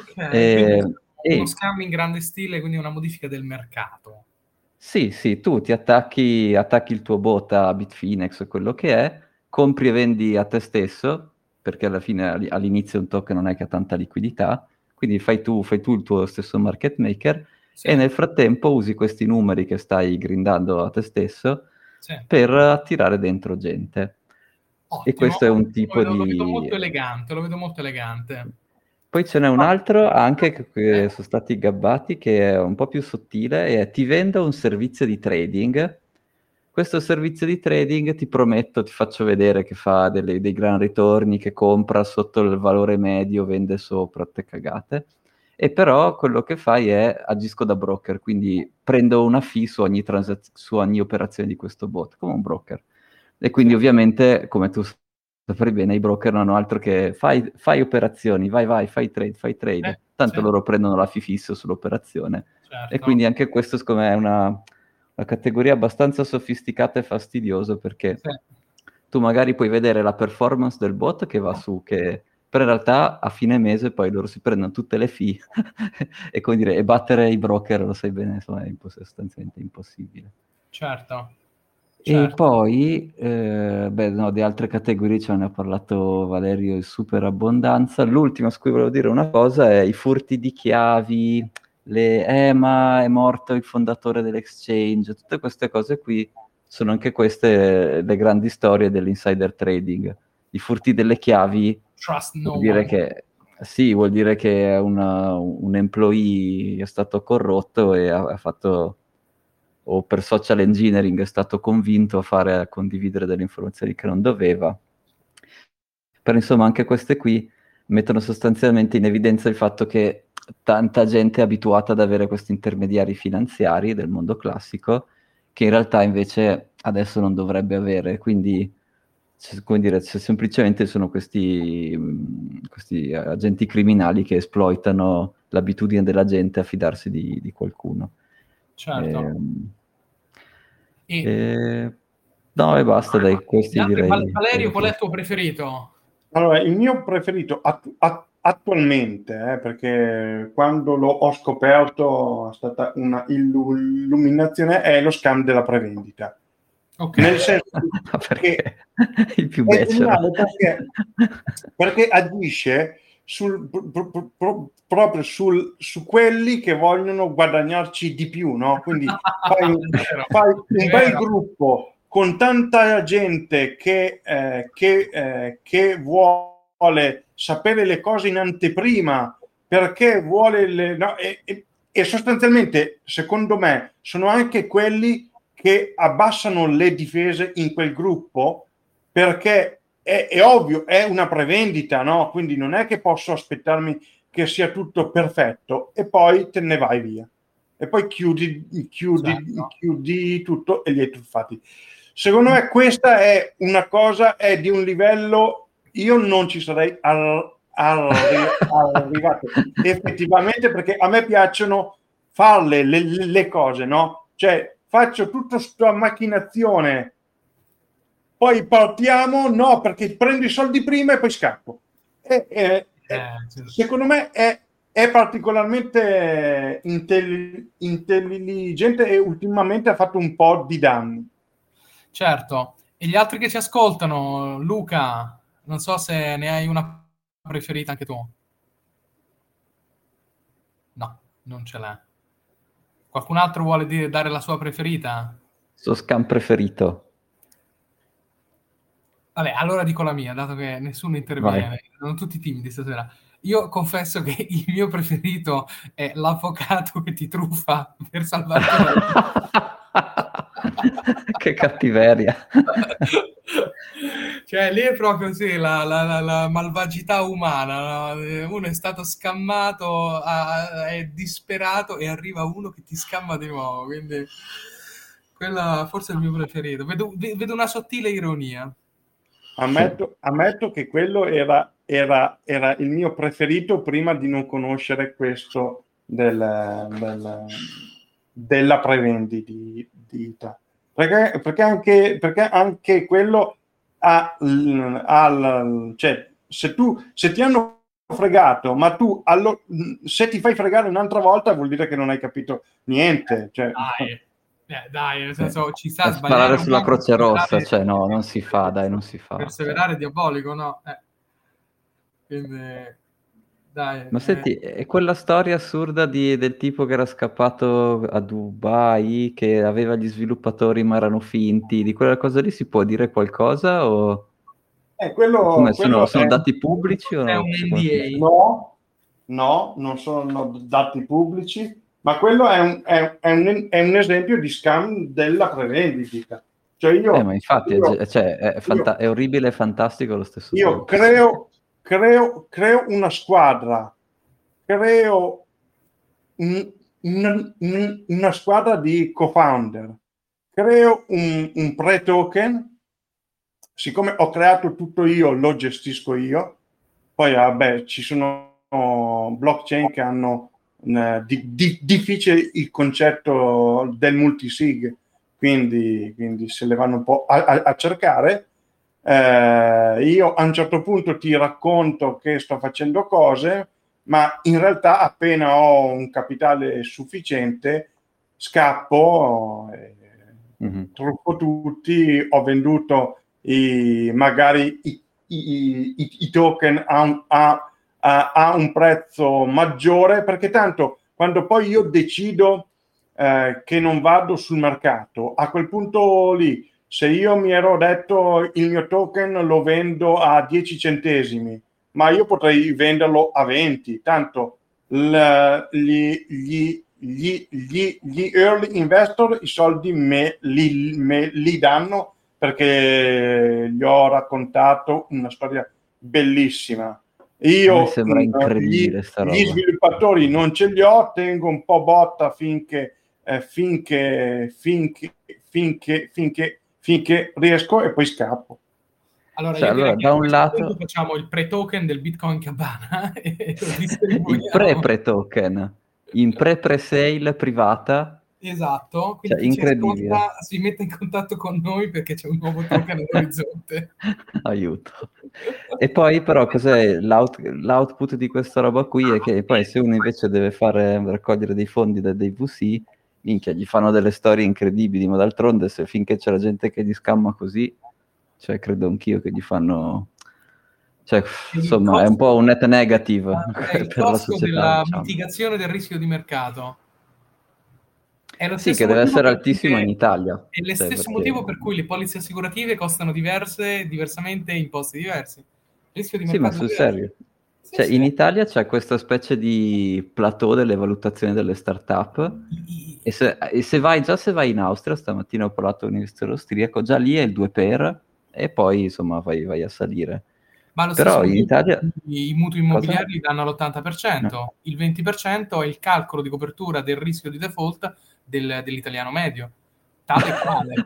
Uno scam in grande stile, quindi una modifica del mercato. Sì, tu ti attacchi il tuo bot a Bitfinex o quello che è, compri e vendi a te stesso, perché alla fine all'inizio un token non è che ha tanta liquidità, quindi fai tu il tuo stesso market maker, sì. E nel frattempo usi questi numeri che stai grindando a te stesso, sì, per attirare dentro gente. Ottimo. E questo è un tipo lo vedo molto elegante. Poi ce n'è un altro anche che sono stati gabbati, che è un po' più sottile, e ti vendo un servizio di trading. Questo servizio di trading ti prometto, ti faccio vedere che fa dei gran ritorni, che compra sotto il valore medio, vende sopra, te cagate. E però quello che fai è agisco da broker, quindi prendo una fee su ogni operazione di questo bot, come un broker. E quindi ovviamente, come tu saprai bene, i broker non hanno altro che fai operazioni, vai, fai trade. Tanto loro prendono la fee fisso sull'operazione. Certo. E quindi anche questo, secondo me, è una categoria abbastanza sofisticata e fastidiosa, perché tu magari puoi vedere la performance del bot che va su, che però in realtà a fine mese poi loro si prendono tutte le fee e, come dire, e battere i broker, lo sai bene, insomma, è sostanzialmente impossibile. Certo. E poi, di altre categorie ce ne ha parlato Valerio in super abbondanza. L'ultima su cui volevo dire una cosa è i furti di chiavi, ma è morto il fondatore dell'exchange, tutte queste cose qui sono anche queste le grandi storie dell'insider trading. I furti delle chiavi vuol dire che un employee è stato corrotto e ha fatto, o per social engineering è stato convinto a condividere delle informazioni che non doveva. Però insomma anche queste qui mettono sostanzialmente in evidenza il fatto che tanta gente è abituata ad avere questi intermediari finanziari del mondo classico che in realtà invece adesso non dovrebbe avere, quindi come dire, semplicemente sono questi agenti criminali che esploitano l'abitudine della gente a fidarsi di qualcuno. Certo. No, e basta, dai, questi direi. Valerio, qual è il tuo preferito? Allora, il mio preferito attualmente, perché quando ho scoperto è stata una illuminazione, è lo scam della prevendita. Okay. Nel senso che il più è becero. Perché agisce proprio su quelli che vogliono guadagnarci di più, no? Quindi fai un bel gruppo con tanta gente che vuole sapere le cose in anteprima, perché vuole e sostanzialmente, secondo me, sono anche quelli che abbassano le difese in quel gruppo, perché è ovvio, è una prevendita, no? Quindi non è che posso aspettarmi che sia tutto perfetto e poi te ne vai via. E poi chiudi tutto e li hai truffati. Secondo me questa è una cosa, è di un livello, io non ci sarei arrivato effettivamente, perché a me piacciono farle le cose, no? Cioè faccio tutta questa macchinazione, poi partiamo, no, perché prendo i soldi prima e poi scappo. Secondo me è particolarmente intelligente e ultimamente ha fatto un po' di danni. Certo. E gli altri che ci ascoltano, Luca, non so se ne hai una preferita anche tu. No, non ce l'ha. Qualcun altro vuole dare la sua preferita? Suo scam preferito. Vabbè, allora dico la mia, dato che nessuno interviene. Sono tutti timidi stasera. Io confesso che il mio preferito è l'avvocato che ti truffa per salvarti la vita. Che cattiveria. Cioè, lì è proprio sì, la malvagità umana. Uno è stato scammato, è disperato e arriva uno che ti scamma di nuovo. Quindi, quella forse è il mio preferito. Vedo una sottile ironia. Ammetto che quello era il mio preferito prima di non conoscere questo della prevendita, perché anche quello cioè, se ti hanno fregato, ma tu se ti fai fregare un'altra volta vuol dire che non hai capito niente, cioè. Dai, nel senso ci sta sparare sulla Croce Rossa, cioè no, non si fa, dai, non si fa. Perseverare è diabolico, no? Quindi, dai. Ma senti, è quella storia assurda del tipo che era scappato a Dubai, che aveva gli sviluppatori ma erano finti, di quella cosa lì si può dire qualcosa o... Quello sono dati pubblici o no? È un NDA. No, non sono dati pubblici, ma quello è un esempio di scam della prevendita. Cioè ma infatti è orribile e fantastico allo stesso tempo. Io creo una squadra, creo una squadra di co-founder, creo un pre-token. Siccome ho creato tutto io, lo gestisco io. Poi vabbè, ci sono blockchain che hanno difficile il concetto del multisig, quindi se le vanno un po' a cercare. io a un certo punto ti racconto che sto facendo cose, ma in realtà appena ho un capitale sufficiente scappo, truffo tutti, ho venduto magari i token a un prezzo maggiore, perché tanto quando poi io decido che non vado sul mercato, a quel punto lì, se io mi ero detto il mio token lo vendo a 10 centesimi, ma io potrei venderlo a 20, tanto gli early investor i soldi me li danno, perché gli ho raccontato una storia bellissima. Mi Io sembra incredibile sta gli roba. sviluppatori non ce li ho, tengo un po' botta finché riesco, e poi scappo. Allora, Cioè, io direi allora, che da a un questo punto lato, facciamo il pre-token del Bitcoin Cabana e lo il distribuiamo. pre-token, in pre-sale privata, Esatto, quindi cioè chi ci incredibile. ascolta si mette in contatto con noi perché c'è un nuovo token all'orizzonte. Aiuto. E poi però cos'è l'output di questa roba qui è che poi se uno invece deve raccogliere dei fondi da dei VC, minchia, gli fanno delle storie incredibili, ma d'altronde se finché c'è la gente che gli scamma così, cioè credo anch'io che gli fanno... Cioè, Il insomma, è un po' un net negative è il per la costo società, della diciamo. mitigazione del rischio di mercato. È lo Sì, stesso che deve motivo essere per cui altissimo in Italia, è lo cioè stesso perché... motivo per cui le polizze assicurative costano diversamente in posti diversi. Il rischio di Sì, ma mercato è sul diverso. serio. Sì, Cioè, sì. in Italia c'è questa specie di plateau delle valutazioni delle start-up e se vai in Austria, stamattina ho parlato all'università austriaco, già lì è il 2 per e poi insomma vai a salire. Ma lo stesso Però in motivo per Italia... cui i mutui Cosa? immobiliari li danno No. all'80%, il 20% è il calcolo di copertura del rischio di default dell'italiano medio, tale e quale.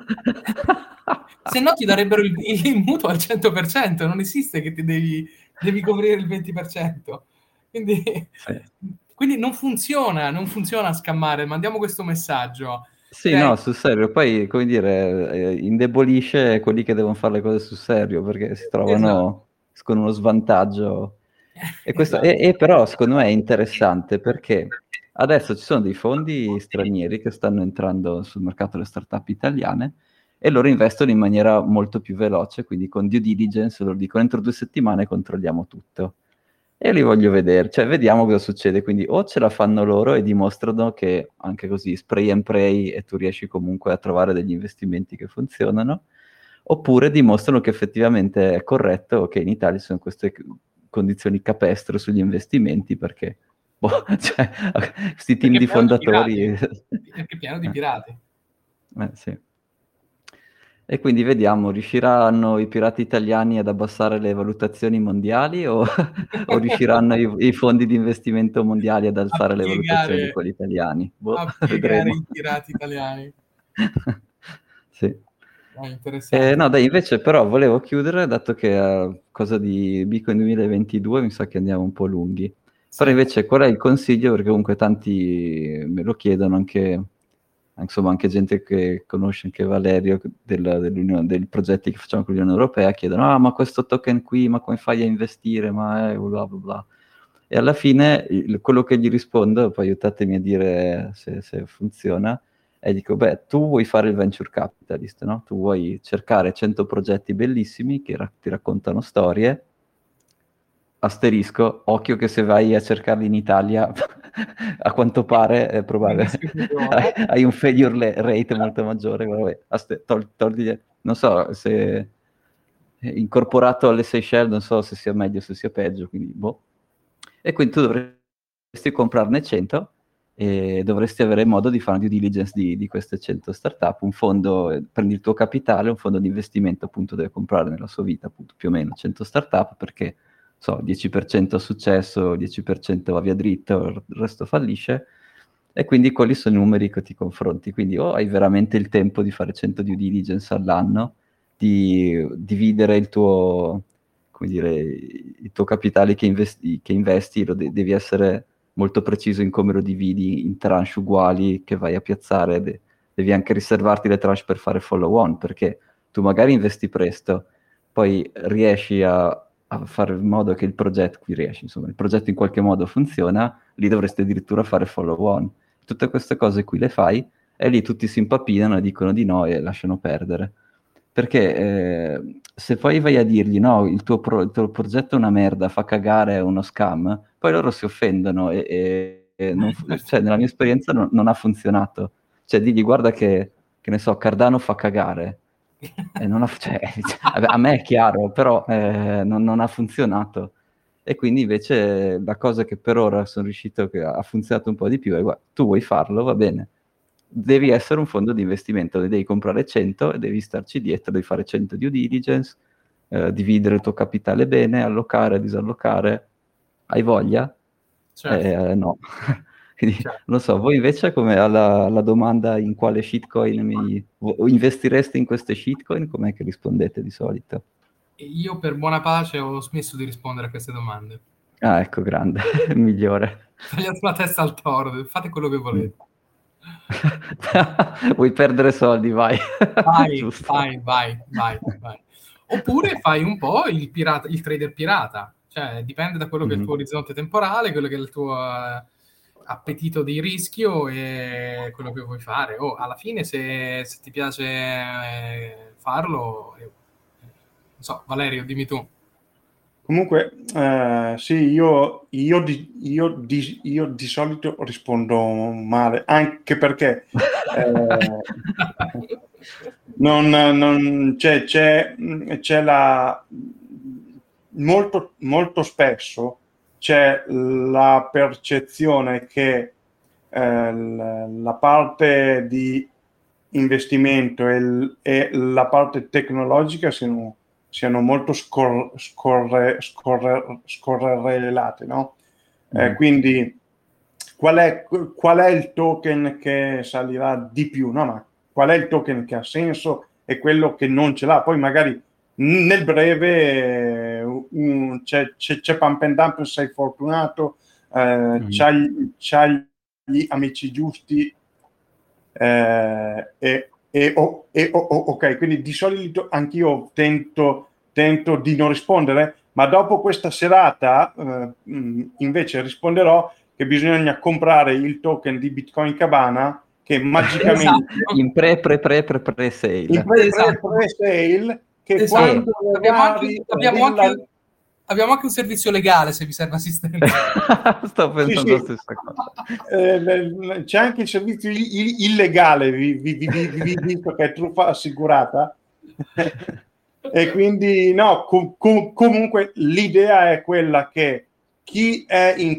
Se no ti darebbero il mutuo al 100%, non esiste che devi coprire il 20%. Quindi, Sì. quindi non funziona scammare, mandiamo questo messaggio. Sì, Cioè, no, sul serio. Poi, come dire, indebolisce quelli che devono fare le cose sul serio, perché si esatto. trovano con uno svantaggio. Esatto. E però, secondo me, è interessante perché adesso ci sono dei fondi stranieri che stanno entrando sul mercato delle start-up italiane e loro investono in maniera molto più veloce, quindi con due diligence, loro dicono entro 2 settimane controlliamo tutto. E li voglio vedere, cioè vediamo cosa succede, quindi o ce la fanno loro e dimostrano che anche così spray and pray e tu riesci comunque a trovare degli investimenti che funzionano, oppure dimostrano che effettivamente è corretto che in Italia ci sono queste condizioni capestre sugli investimenti perché cioè, questi team Perché è di pieno di pirati. fondatori... Perché è pieno di pirati. Sì. E quindi vediamo, riusciranno i pirati italiani ad abbassare le valutazioni mondiali o riusciranno i fondi di investimento mondiali ad A alzare le valutazioni di piegare, quelli italiani? Boh, a piegare vedremo. i pirati italiani. Sì. Interessante. No, dai, invece però volevo chiudere, dato che cosa di Bitcoin 2022 mi sa che andiamo un po' lunghi. Però Sì. invece qual è il consiglio? Perché comunque tanti me lo chiedono, insomma, anche gente che conosce anche Valerio dei progetti che facciamo con l'Unione Europea, chiedono, ma questo token qui, ma come fai a investire? Ma bla bla bla. E alla fine quello che gli rispondo, poi aiutatemi a dire se funziona, e dico, beh, tu vuoi fare il venture capitalist, no? Tu vuoi cercare 100 progetti bellissimi che ti raccontano storie, asterisco, occhio che se vai a cercarli in Italia, a quanto pare è Il probabile, rischio peggiore. hai un failure rate molto maggiore, vabbè, togli, non so se incorporato alle Seychelles, non so se sia meglio o se sia peggio, quindi boh. E quindi tu dovresti comprarne 100 e dovresti avere modo di fare una due diligence di queste 100 startup, un fondo, prendi il tuo capitale, un fondo di investimento appunto deve comprare nella sua vita appunto più o meno 100 startup perché so, 10% ha successo, 10% va via dritto, il resto fallisce e quindi quelli sono i numeri che ti confronti, quindi o hai veramente il tempo di fare 100 due diligence all'anno, di dividere il tuo, come dire, il tuo capitale che investi devi essere molto preciso in come lo dividi in tranche uguali che vai a piazzare, devi anche riservarti le tranche per fare follow on, perché tu magari investi presto, poi riesci a fare in modo che il progetto, insomma, il progetto in qualche modo funziona, lì dovresti addirittura fare follow on. Tutte queste cose qui le fai e lì tutti si impappinano e dicono di no e lasciano perdere. Perché se poi vai a dirgli no, il tuo progetto è una merda, fa cagare, è uno scam, poi loro si offendono e cioè, nella mia esperienza non ha funzionato. Cioè, digli guarda che ne so, Cardano fa cagare. E non ha, cioè, a me è chiaro, però non ha funzionato. E quindi invece la cosa che per ora sono riuscito, che ha funzionato un po' di più, è guarda, tu vuoi farlo, va bene. Devi essere un fondo di investimento, ne devi comprare 100 e devi starci dietro, devi fare 100 due diligence, dividere il tuo capitale bene, allocare, disallocare. Hai voglia? Certo. No. Quindi, Certo. non so, voi invece come alla domanda in quale shitcoin investireste in queste shitcoin, com'è che rispondete di solito? Io per buona pace ho smesso di rispondere a queste domande. Ah, ecco, grande, migliore. Tagliate la testa al toro, fate quello che volete. Vuoi perdere soldi, vai. Giusto. Vai. Oppure fai un po' il pirata, il trader pirata, cioè dipende da quello che è il tuo orizzonte temporale, quello che è il tuo appetito di rischio e quello che vuoi fare. Alla fine se ti piace farlo, non so, Valerio, dimmi tu. Comunque, sì, io di solito rispondo male, anche perché c'è molto spesso c'è la percezione che la parte di investimento e la parte tecnologica siano molto scorrelate, no? Quindi qual è il token che salirà di più? No, ma qual è il token che ha senso e quello che non ce l'ha? Poi magari nel breve c'è pump and dump, sei fortunato, c'hai gli amici giusti, ok, quindi di solito anch'io tento di non rispondere, ma dopo questa serata invece risponderò che bisogna comprare il token di Bitcoin Cabana che magicamente in pre-sale. In pre-sale che quando abbiamo anche un servizio legale se vi serve assistenza. Sto pensando la stessa cosa. C'è anche il servizio illegale, visto che è truffa assicurata. E quindi no, comunque l'idea è quella che chi è in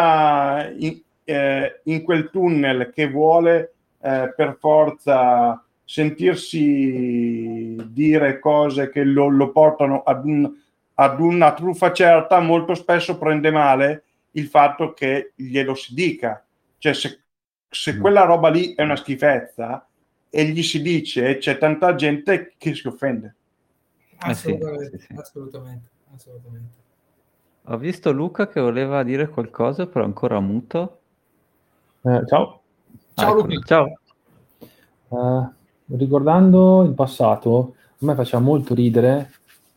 quel tunnel che vuole per forza sentirsi dire cose che lo portano ad una truffa certa, molto spesso prende male il fatto che glielo si dica. Cioè se quella roba lì è una schifezza e gli si dice, c'è tanta gente che si offende. Assolutamente, sì. assolutamente. Ho visto Luca che voleva dire qualcosa, però ancora muto. Ciao. Ciao Luca. Ciao. Ricordando il passato, a me faceva molto ridere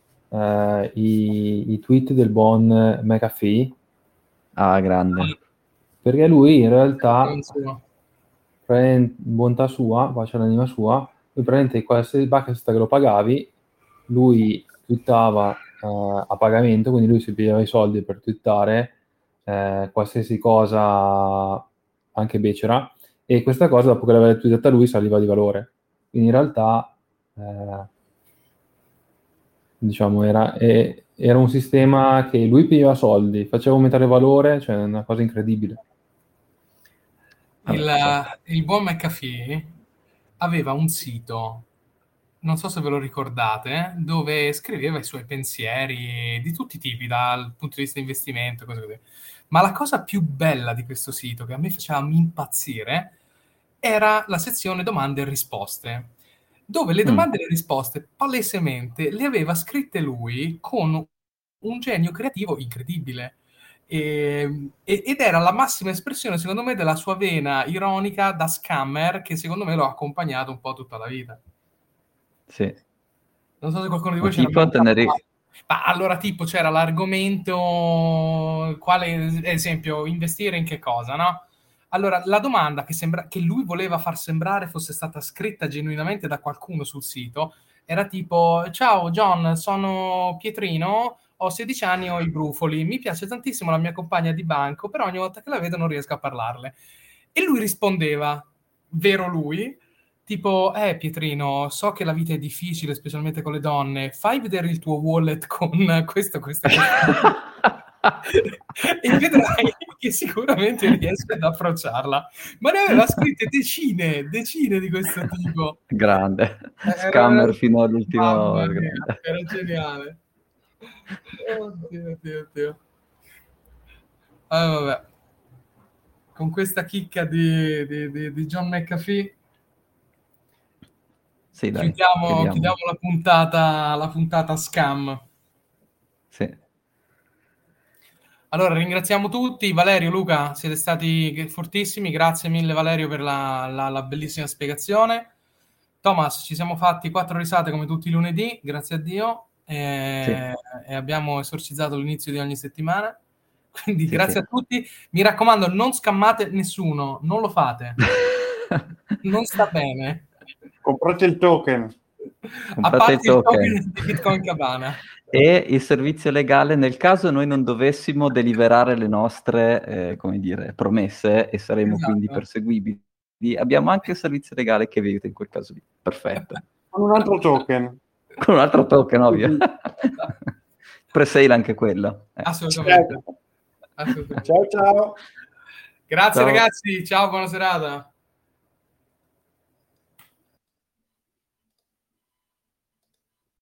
i tweet del buon McAfee. Ah, grande. Perché lui in realtà, bontà sua, pace all'anima sua, lui praticamente qualsiasi bucket che lo pagavi, lui twittava a pagamento, quindi lui si pigliava i soldi per twittare qualsiasi cosa, anche becera, e questa cosa dopo che l'aveva twittata lui saliva di valore. Quindi in realtà diciamo era un sistema che lui pigliava soldi, faceva aumentare valore, cioè una cosa incredibile. Il buon McAfee aveva un sito, non so se ve lo ricordate, dove scriveva i suoi pensieri di tutti i tipi, dal punto di vista di investimento, cose così. Ma la cosa più bella di questo sito, che a me faceva impazzire, era la sezione domande e risposte, dove le domande e le risposte palesemente le aveva scritte lui con un genio creativo incredibile. Ed era la massima espressione, secondo me, della sua vena ironica da scammer, che secondo me lo ha accompagnato un po' tutta la vita. Sì. Non so se qualcuno di voi tipo c'era. Ma allora, tipo, c'era l'argomento, quale, esempio, investire in che cosa, no? Allora, la domanda che lui voleva far sembrare fosse stata scritta genuinamente da qualcuno sul sito era tipo: ciao John, sono Pietrino, ho 16 anni, ho i brufoli, mi piace tantissimo la mia compagna di banco, però ogni volta che la vedo non riesco a parlarle. E lui rispondeva, vero lui, tipo, Pietrino, so che la vita è difficile, specialmente con le donne, fai vedere il tuo wallet con questo. E vedrai che sicuramente riesci ad approcciarla. Ma ne aveva scritte decine di questo tipo. Grande, scammer fino all'ultimo. Mamma mia, era geniale. Oddio. Vabbè. Con questa chicca di John McAfee sì, dai, chiudiamo la puntata scam. Sì. Allora, ringraziamo tutti. Valerio, Luca, siete stati fortissimi. Grazie mille, Valerio, per la bellissima spiegazione. Thomas, ci siamo fatti 4 risate come tutti i lunedì, grazie a Dio, e abbiamo esorcizzato l'inizio di ogni settimana. Quindi grazie a tutti. Mi raccomando, non scammate nessuno, non lo fate. Non sta bene. Comprate il token. A parte il token di Bitcoin Cabana. E il servizio legale nel caso noi non dovessimo deliberare le nostre promesse e saremo quindi perseguibili. Abbiamo anche il servizio legale che vi aiuta in quel caso lì. Perfetto. Con un altro token. Con un altro token, ovvio. Pre-sale anche quello. Assolutamente. Ciao. Grazie ragazzi, ciao, buona serata.